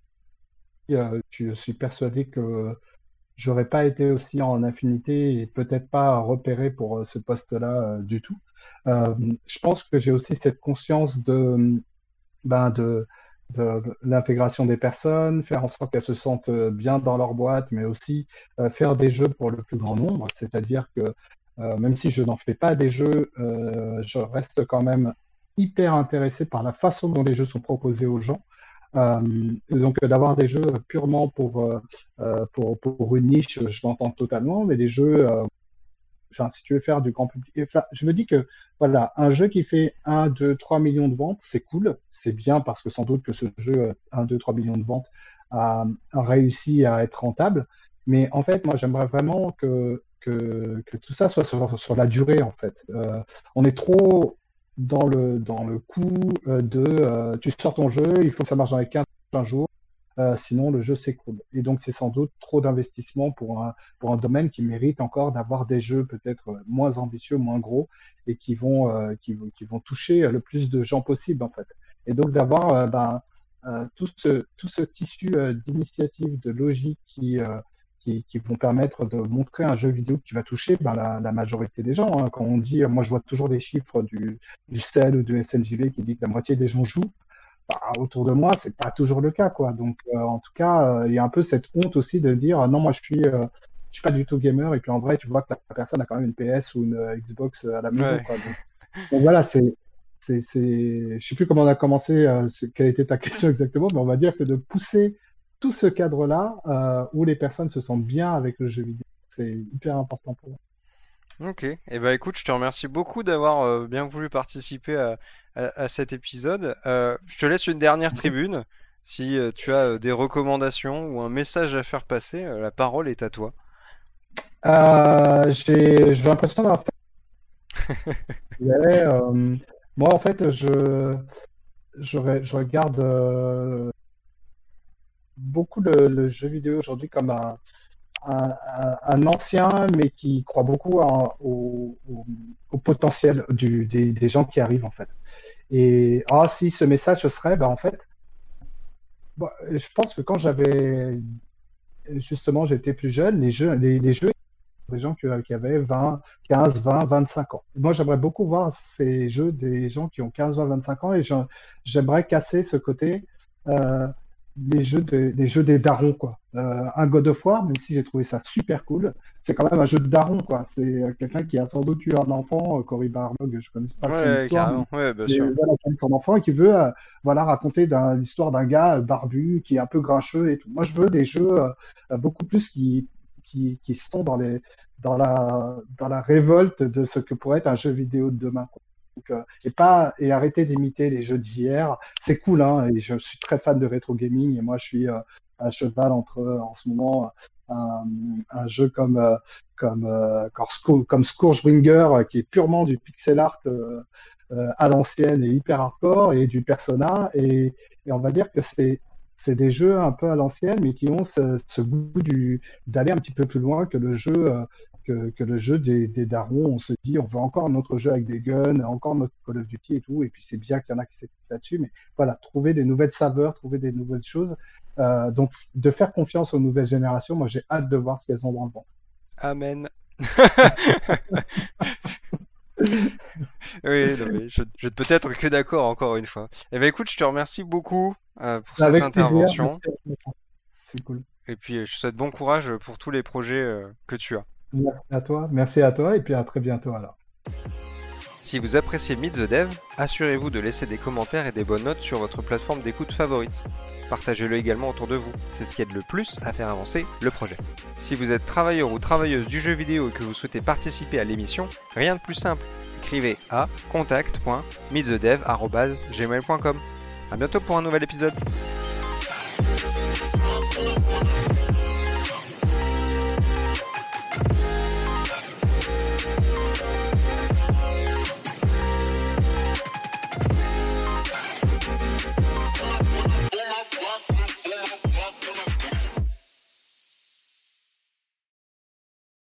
je suis persuadé que j'aurais pas été aussi en affinité et peut-être pas repéré pour ce poste-là du tout. Euh, je pense que j'ai aussi cette conscience ben, de l'intégration des personnes, faire en sorte qu'elles se sentent bien dans leur boîte, mais aussi faire des jeux pour le plus grand nombre. C'est-à-dire que même si je n'en fais pas des jeux, je reste quand même hyper intéressé par la façon dont les jeux sont proposés aux gens. Donc d'avoir des jeux purement pour une niche, je l'entends totalement, mais des jeux enfin, si tu veux faire du grand public, enfin, je me dis que voilà, un jeu qui fait 1, 2, 3 millions de ventes, c'est cool, c'est bien parce que sans doute que ce jeu, 1, 2, 3 millions de ventes, a réussi à être rentable. Mais en fait, moi, j'aimerais vraiment que tout ça soit sur la durée, en fait. On est trop dans le coup tu sors ton jeu, il faut que ça marche dans les 15 prochains jours. Sinon, le jeu s'écroule. Et donc, c'est sans doute trop d'investissement pour un domaine qui mérite encore d'avoir des jeux peut-être moins ambitieux, moins gros, et qui vont toucher le plus de gens possible, en fait. Et donc, d'avoir tout ce tissu d'initiatives, de logique qui vont permettre de montrer un jeu vidéo qui va toucher la majorité des gens, hein. Quand on dit, moi je vois toujours des chiffres du CEL ou du SNJV qui dit que la moitié des gens jouent, bah, autour de moi, c'est pas toujours le cas, quoi. Donc, en tout cas, il y a un peu cette honte aussi de dire, non, moi, je suis pas du tout gamer. Et puis, en vrai, tu vois que la personne a quand même une PS ou une Xbox à la maison, Ouais. quoi. Donc voilà, je sais plus comment on a commencé, quelle était ta question exactement, mais on va dire que de pousser tout ce cadre-là, où les personnes se sentent bien avec le jeu vidéo, c'est hyper important pour moi. Ok. Eh ben écoute, je te remercie beaucoup d'avoir bien voulu participer à cet épisode. Je te laisse une dernière tribune. Si tu as des recommandations ou un message à faire passer, la parole est à toi. J'ai l'impression d'avoir fait. Moi, en fait, je regarde beaucoup le jeu vidéo aujourd'hui comme un ancien, mais qui croit beaucoup au potentiel des gens qui arrivent, en fait. Et si ce message ce serait, en fait, bon, je pense que quand justement, j'étais plus jeune, les jeux, des gens qui avaient 20, 15, 20, 25 ans. Moi, j'aimerais beaucoup voir ces jeux des gens qui ont 15, 20, 25 ans et j'aimerais casser ce côté. les jeux des darons, quoi. Un God of War, même si j'ai trouvé ça super cool, c'est quand même un jeu de daron, quoi. C'est quelqu'un qui a sans doute eu un enfant, Cory Barlog, je connais pas son Ouais, histoire, carrément. Ouais, bien mais sûr. voilà, qui a eu son enfant et qui veut, voilà, raconter l'histoire d'un gars barbu qui est un peu grincheux et tout. Moi, je veux des jeux beaucoup plus qui sont dans la révolte de ce que pourrait être un jeu vidéo de demain, quoi. Donc, et arrêter d'imiter les jeux d'hier. C'est cool, hein, et je suis très fan de rétro gaming, et moi je suis à cheval entre, en ce moment, un, un jeu comme Scourgebringer, qui est purement du pixel art à l'ancienne et hyper hardcore, et du Persona, et on va dire que c'est des jeux un peu à l'ancienne, mais qui ont ce goût d'aller un petit peu plus loin que le jeu. Que le jeu des darons, on se dit, on veut encore un autre jeu avec des guns, encore notre Call of Duty et tout, et puis c'est bien qu'il y en a qui s'écoutent là-dessus, mais voilà, trouver des nouvelles saveurs, trouver des nouvelles choses, donc de faire confiance aux nouvelles générations, moi j'ai hâte de voir ce qu'elles ont dans le ventre. Amen. Oui, non, mais je ne peux être que d'accord encore une fois. Eh ben écoute, je te remercie beaucoup pour cette Avec plaisir, intervention. merci, c'est cool. Et puis je te souhaite bon courage pour tous les projets que tu as. Merci à toi, et puis à très bientôt alors. Si vous appréciez Meet the Dev, assurez-vous de laisser des commentaires et des bonnes notes sur votre plateforme d'écoute favorite. Partagez-le également autour de vous, c'est ce qui aide le plus à faire avancer le projet. Si vous êtes travailleur ou travailleuse du jeu vidéo et que vous souhaitez participer à l'émission, rien de plus simple. Écrivez à contact.meetthedev@gmail.com. À bientôt pour un nouvel épisode.